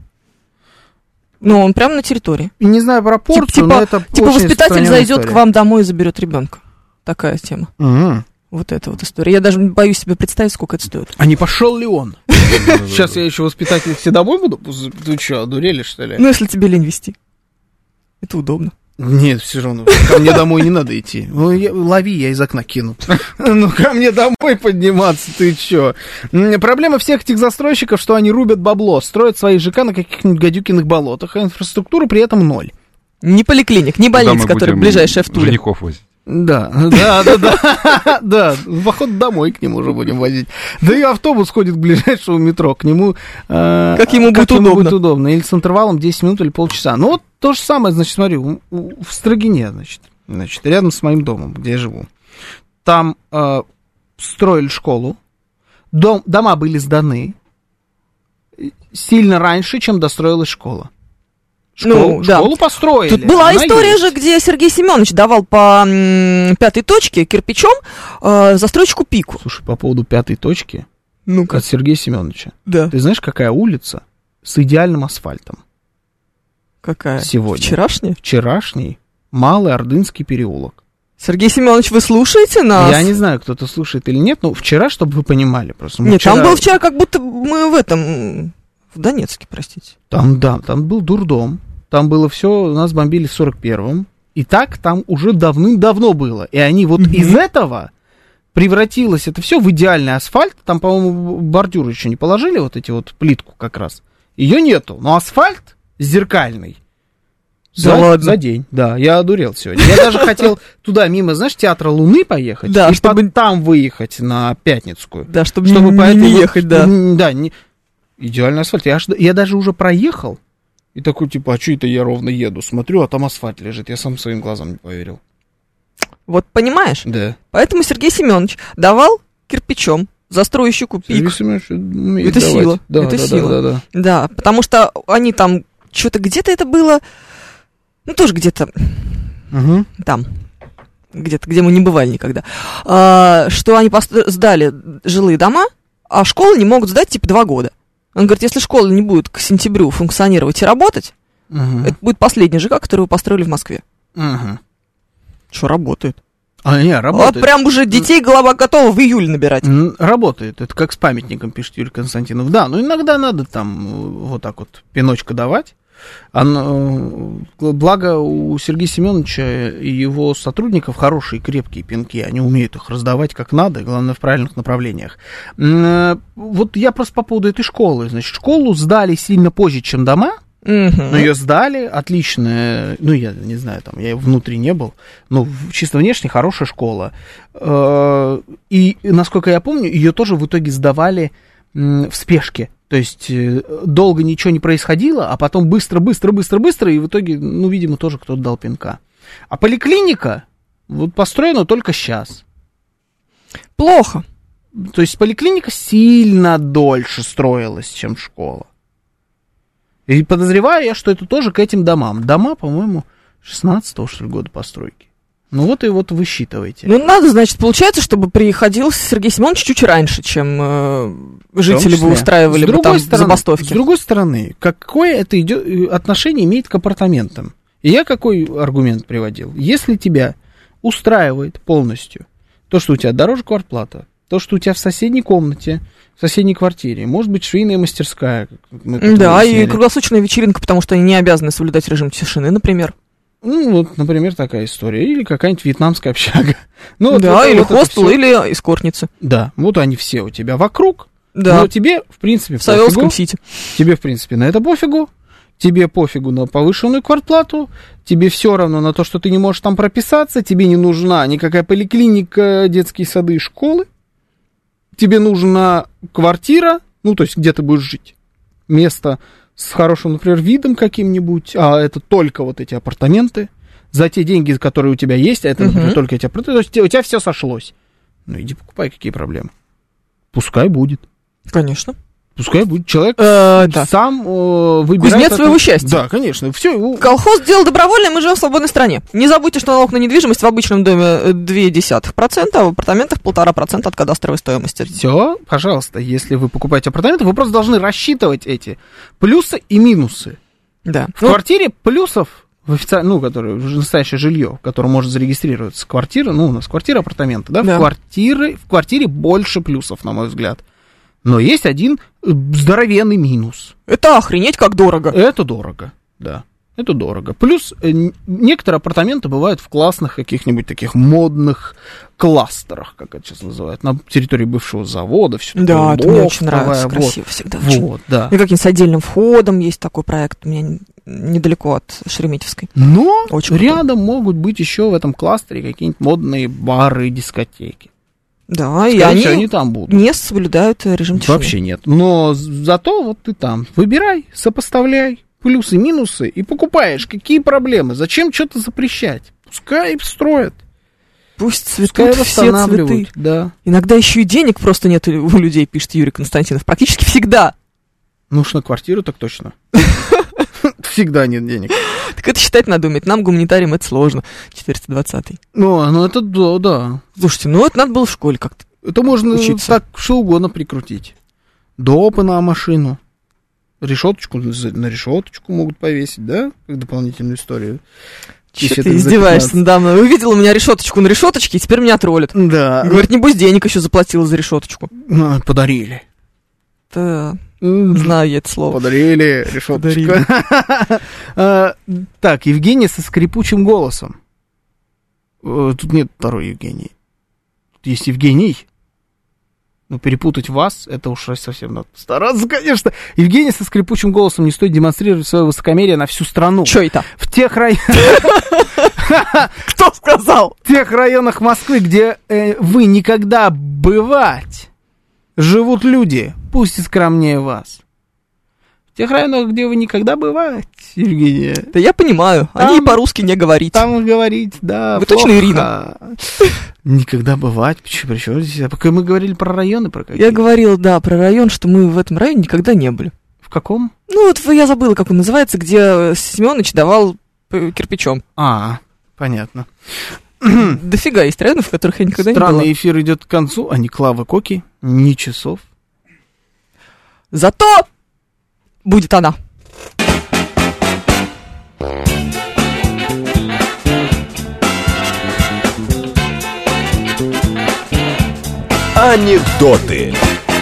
Ну, он прям на территории. И не знаю пропорцию, Типа- но это Типа очень воспитатель распространенная зайдет история. к вам домой и заберет ребенка. Такая тема. Мгм. Вот это вот история. Я даже боюсь себе представить, сколько это стоит. А не пошел ли он? Сейчас я еще воспитатель все домой буду? Ты что, одурели, что ли? Ну, если тебе лень вести. Это удобно. Нет, все равно. Ко мне домой не надо идти. Ну, я- лови, я из окна кину. Ну, ко мне домой подниматься, ты чё? М, Проблема всех этих застройщиков, что они рубят бабло, строят свои ЖК на каких-нибудь гадюкиных болотах, а инфраструктуры при этом ноль. Ни поликлиник, ни Куда больниц, мы которые будем ближайшие в Туле. женихов возить. Да, да, да, да, да, поход домой к нему уже будем возить. Да и автобус ходит к ближайшему метро, к нему... э, Как ему будет удобно. удобно. Или с интервалом десять минут или полчаса. Ну, вот то же самое, значит, смотри, у- у- в Строгине, значит, значит, рядом с моим домом, где я живу. Там э, строили школу, дом, дома были сданы сильно раньше, чем достроилась школа. Школу, Ну, да. школу построили. Тут была она история есть. же, где Сергей Семенович давал по м, пятой точке кирпичом э, застройщику пику. Слушай, по поводу пятой точки ну от Сергея Семеновича. Да. Ты знаешь, какая улица с идеальным асфальтом? Какая? Сегодня. Вчерашняя? Вчерашний Малый Ордынский переулок. Сергей Семенович, вы слушаете нас? Я не знаю, кто-то слушает или нет, но вчера, чтобы вы понимали, просто мы Нет, вчера- там был вчера как будто мы в этом, в Донецке, простите. Там, да, там был дурдом, там было все, нас бомбили в сорок первом, и так там уже давным-давно было, и они вот Мгм. из этого превратилось это все в идеальный асфальт, там, по-моему, бордюры еще не положили, вот эти вот плитку как раз, ее нету, но асфальт зеркальный. Да За, ладно? за день, да, я одурел сегодня. Я даже хотел туда мимо, знаешь, театра Луны поехать, Да, и чтобы- под- там выехать на Пятницкую. Да, чтобы, Чтобы не, по этой не вот- ехать, да. м, Да, не- идеальный асфальт. Я, аж- я даже уже проехал, и такой, типа, а что это я ровно еду? Смотрю, а там асфальт лежит. Я сам своим глазам не поверил. Вот понимаешь? Да. Поэтому Сергей Семенович давал кирпичом застройщику пик. Сергей Семенович умеет Это давать. сила, Да, это да, сила. Да, да, да. Да, потому что они там, что-то где-то это было, ну тоже где-то Мгм. там, где-то, где мы не бывали никогда, а, что они пост- сдали жилые дома, а школы не могут сдать типа два года. Он говорит, если школа не будет к сентябрю функционировать и работать, Мгм. это будет последний ЖК, который вы построили в Москве. Мгм. Что, работает? А, не, работает. Вот прям уже детей голова готова в июле набирать. Работает. Это как с памятником, пишет Юрий Константинов. Да, ну иногда надо там вот так вот пиночка давать. Оно, благо у Сергея Семеновича и его сотрудников хорошие крепкие пинки. Они умеют их раздавать как надо, главное в правильных направлениях. Вот я просто по поводу этой школы. Значит, школу сдали сильно позже, чем дома. Uh-huh. Но ее сдали, отличная, ну, я не знаю, там, я внутри не был, но чисто внешне хорошая школа. И, насколько я помню, ее тоже в итоге сдавали в спешке. То есть долго ничего не происходило, а потом быстро, быстро, быстро, быстро, и в итоге, ну, видимо, тоже кто-то дал пинка. А поликлиника вот построена только сейчас. Плохо. То есть поликлиника сильно дольше строилась, чем школа. И подозреваю я, что это тоже к этим домам. Дома, по-моему, шестнадцатого, что ли, года постройки. Ну вот и вот высчитывайте. Ну надо, значит, получается, чтобы приходил Сергей Семенович чуть раньше, чем э, жители бы устраивали бы там стороны, забастовки. С другой стороны, какое это идет, отношение имеет к апартаментам? И я какой аргумент приводил? Если тебя устраивает полностью то, что у тебя дороже квартплата, то, что у тебя в соседней комнате, в соседней квартире, может быть, швейная мастерская. Да, выяснили. И круглосуточная вечеринка, потому что они не обязаны соблюдать режим тишины, например. Ну, вот, например, такая история. Или какая-нибудь вьетнамская общага. Ну, да, вот, или вот хостел, или эскортницы. Да, вот они все у тебя вокруг. Да. Но тебе, в принципе, в Савеловском Сити. Тебе, в принципе, на это пофигу. Тебе пофигу на повышенную квартплату. Тебе все равно на то, что ты не можешь там прописаться. Тебе не нужна никакая поликлиника, детские сады и школы. Тебе нужна квартира, ну, то есть, где ты будешь жить. Место с хорошим, например, видом каким-нибудь, а это только вот эти апартаменты. За те деньги, которые у тебя есть, а это, например, uh-huh. только эти апартаменты. То есть, у тебя все сошлось. Ну, иди покупай, какие проблемы. Пускай будет. Конечно. Пускай будет. Человек э, да. сам э, выбирает... Кузнец своего счастья. Да, конечно. Все. Колхоз дело добровольное, мы живем в свободной стране. Не забудьте, что налог на недвижимость в обычном доме ноль целых две десятых процента, а в апартаментах полтора процента от кадастровой стоимости. Все, пожалуйста, если вы покупаете апартаменты, вы просто должны рассчитывать эти плюсы и минусы. Да. В ну, квартире плюсов, в офици... ну, которое настоящее жилье, в котором может зарегистрироваться квартира, ну, у нас квартира, апартаменты, да, да. В, квартиры, в квартире больше плюсов, на мой взгляд. Но есть один здоровенный минус. Это охренеть как дорого. Это дорого, да. Это дорого. Плюс э, некоторые апартаменты бывают в классных каких-нибудь таких модных кластерах, как это сейчас называют, на территории бывшего завода. Все да, это мне очень нравится, вот. Красиво всегда. Вот, очень. Да. И как-нибудь с отдельным входом есть такой проект у меня недалеко от Шереметьевской. Но очень рядом круто. Могут быть еще в этом кластере какие-нибудь модные бары и дискотеки. Да, скорее и они, всего, они там будут. Не соблюдают режим тишины. Вообще нет. Но зато вот ты там выбирай, сопоставляй плюсы, минусы и покупаешь. Какие проблемы? Зачем что-то запрещать? Пускай строят. Пусть цветут все цветы. Да. Иногда еще и денег просто нет у людей, пишет Юрий Константинов. Практически всегда. Ну уж на квартиру так точно. Всегда нет денег. Так это считать надо уметь. Нам, гуманитариям, это сложно. четыреста двадцатый. Ну, ну это да, да. Слушайте, ну это надо было в школе как-то это можно учиться. Так что угодно прикрутить. Допы на машину. Решеточку на решеточку могут повесить, да? Как дополнительную историю. Че ты издеваешься надо мной? Увидел у меня решеточку на решеточке, и теперь меня троллят. Да. Говорит, небось, денег еще заплатила за решеточку. Ну, подарили. Да. Знаю я это слово. Подарили решеточку. Так, Евгений со скрипучим голосом. Тут нет второй Евгений. Тут есть Евгений. Но перепутать вас, это уж совсем надо стараться, конечно. Евгений со скрипучим голосом: не стоит демонстрировать свое высокомерие на всю страну. Чё это? В тех районах... Кто сказал? В тех районах Москвы, где вы никогда бывать, живут люди, пусть и скромнее вас. В тех районах, где вы никогда бывать, Евгения. Да я понимаю, там, они и по-русски не говорите. Там говорить, да. Вы плохо. Точно Ирина? Никогда бывать. Почему? Почему здесь? Пока мы говорили про районы, про какие? Я говорил, да, про район, что мы в этом районе никогда не были. В каком? Ну, вот я забыла, как он называется, где Семёныч давал кирпичом. А, понятно. Дофига есть районов, в которых я никогда Странный не была. Странный эфир идет к концу, а ни Клавы Коки, ни часов. Зато будет она. Анекдоты.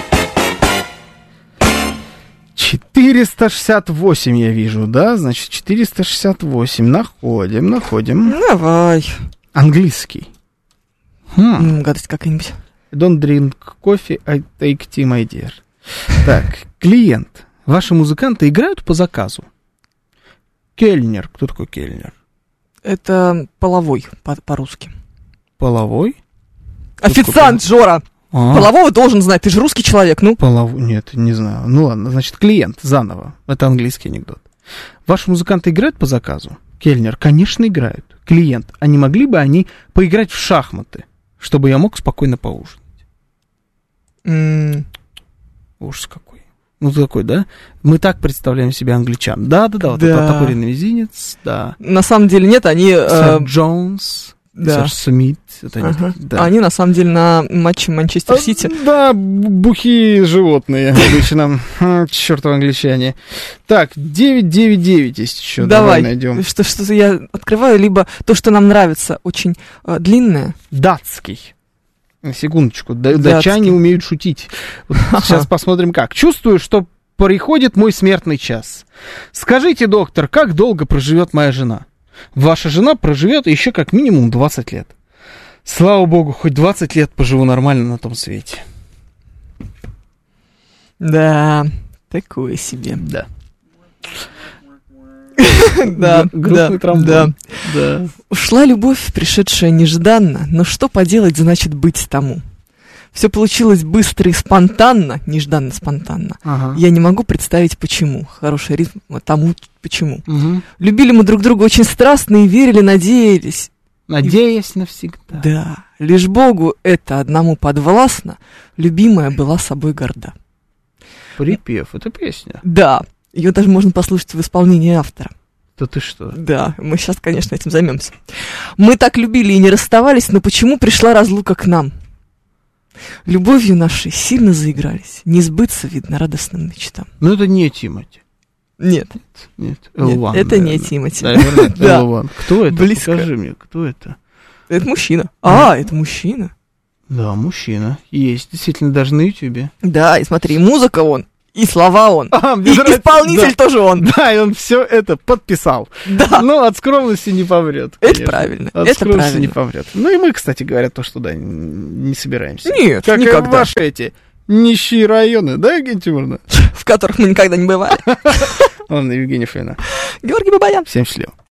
четыреста шестьдесят восемь я вижу, да? Значит, четыреста шестьдесят восемь. Находим, находим. Давай. Английский. Хм. Гадость какая-нибудь. Don't drink coffee, I take tea, my dear. Так, клиент. Ваши музыканты играют по заказу? Кельнер. Кто такой кельнер? Это половой по- по-русски. Половой? Официант, Жора! А. Полового должен знать, ты же русский человек, ну. Полов... Нет, не знаю. Ну ладно, значит, клиент, заново. Это английский анекдот. Ваши музыканты играют по заказу? Кельнер, конечно, играют. Клиент, а не могли бы они поиграть в шахматы, чтобы я мог спокойно поужинать? Mm. Ужас какой. Ну, такой, да? Мы так представляем себе англичан. Да-да-да, вот Да. это топорный мизинец, да. На самом деле нет, они... Сэр э, Джонс, да. сэр Смит. Это они, ага. да. Они на самом деле на матче Манчестер Сити. А, да, бухие животные обычно. Чёртовы англичане. Так, девять девять девять есть еще. Давай, Давай, найдем. что, что я открываю, либо то, что нам нравится, очень э, длинное. Датский. На секундочку. Д- Датский. Датчане умеют шутить. Вот сейчас посмотрим как. Чувствую, что приходит мой смертный час. Скажите, доктор, как долго проживет моя жена? Ваша жена проживет еще как минимум двадцать лет. Слава богу, хоть двадцать лет поживу нормально на том свете. Да, такое себе. Да. Да, Грустный да, тромбон. да. Да. Ушла любовь, пришедшая нежданно, но что поделать значит быть тому? Все получилось быстро и спонтанно, нежданно-спонтанно. Ага. Я не могу представить, почему. Хороший ритм тому, почему. Угу. Любили мы друг друга очень страстно и верили, надеялись. Надеюсь навсегда. Да, лишь Богу это одному подвластно, любимая была собой горда. Припев, это песня. Да, ее даже можно послушать в исполнении автора. Да ты что? Да, мы сейчас, конечно, этим займемся. Мы так любили и не расставались, но почему пришла разлука к нам? Любовью нашей сильно заигрались, не сбыться, видно, радостным мечтам. Ну это не Тимати. Нет, Нет, нет, эл один, это не наверное. Тимати. Наверное, это Да. эл один. Кто это? Близко. Скажи мне, кто это? Это мужчина. А, это мужчина. Да, мужчина. Есть, действительно, даже на Ютьюбе. Да, и смотри, музыка он, и слова он, А, и мне нравится, исполнитель да. тоже он. Да, и он все это подписал. Да, Ну, от скромности не помрет. это конечно. правильно, От это скромности правильно. не помрет. Ну и мы, кстати говоря, тоже туда н- не собираемся. Нет, Как и никогда. ваши эти нищие районы, да, Евгения Тимуровна? В которых мы никогда не бывали. Ладно, Евгения Фейна. Георгий Бабаян. Всем счастливо.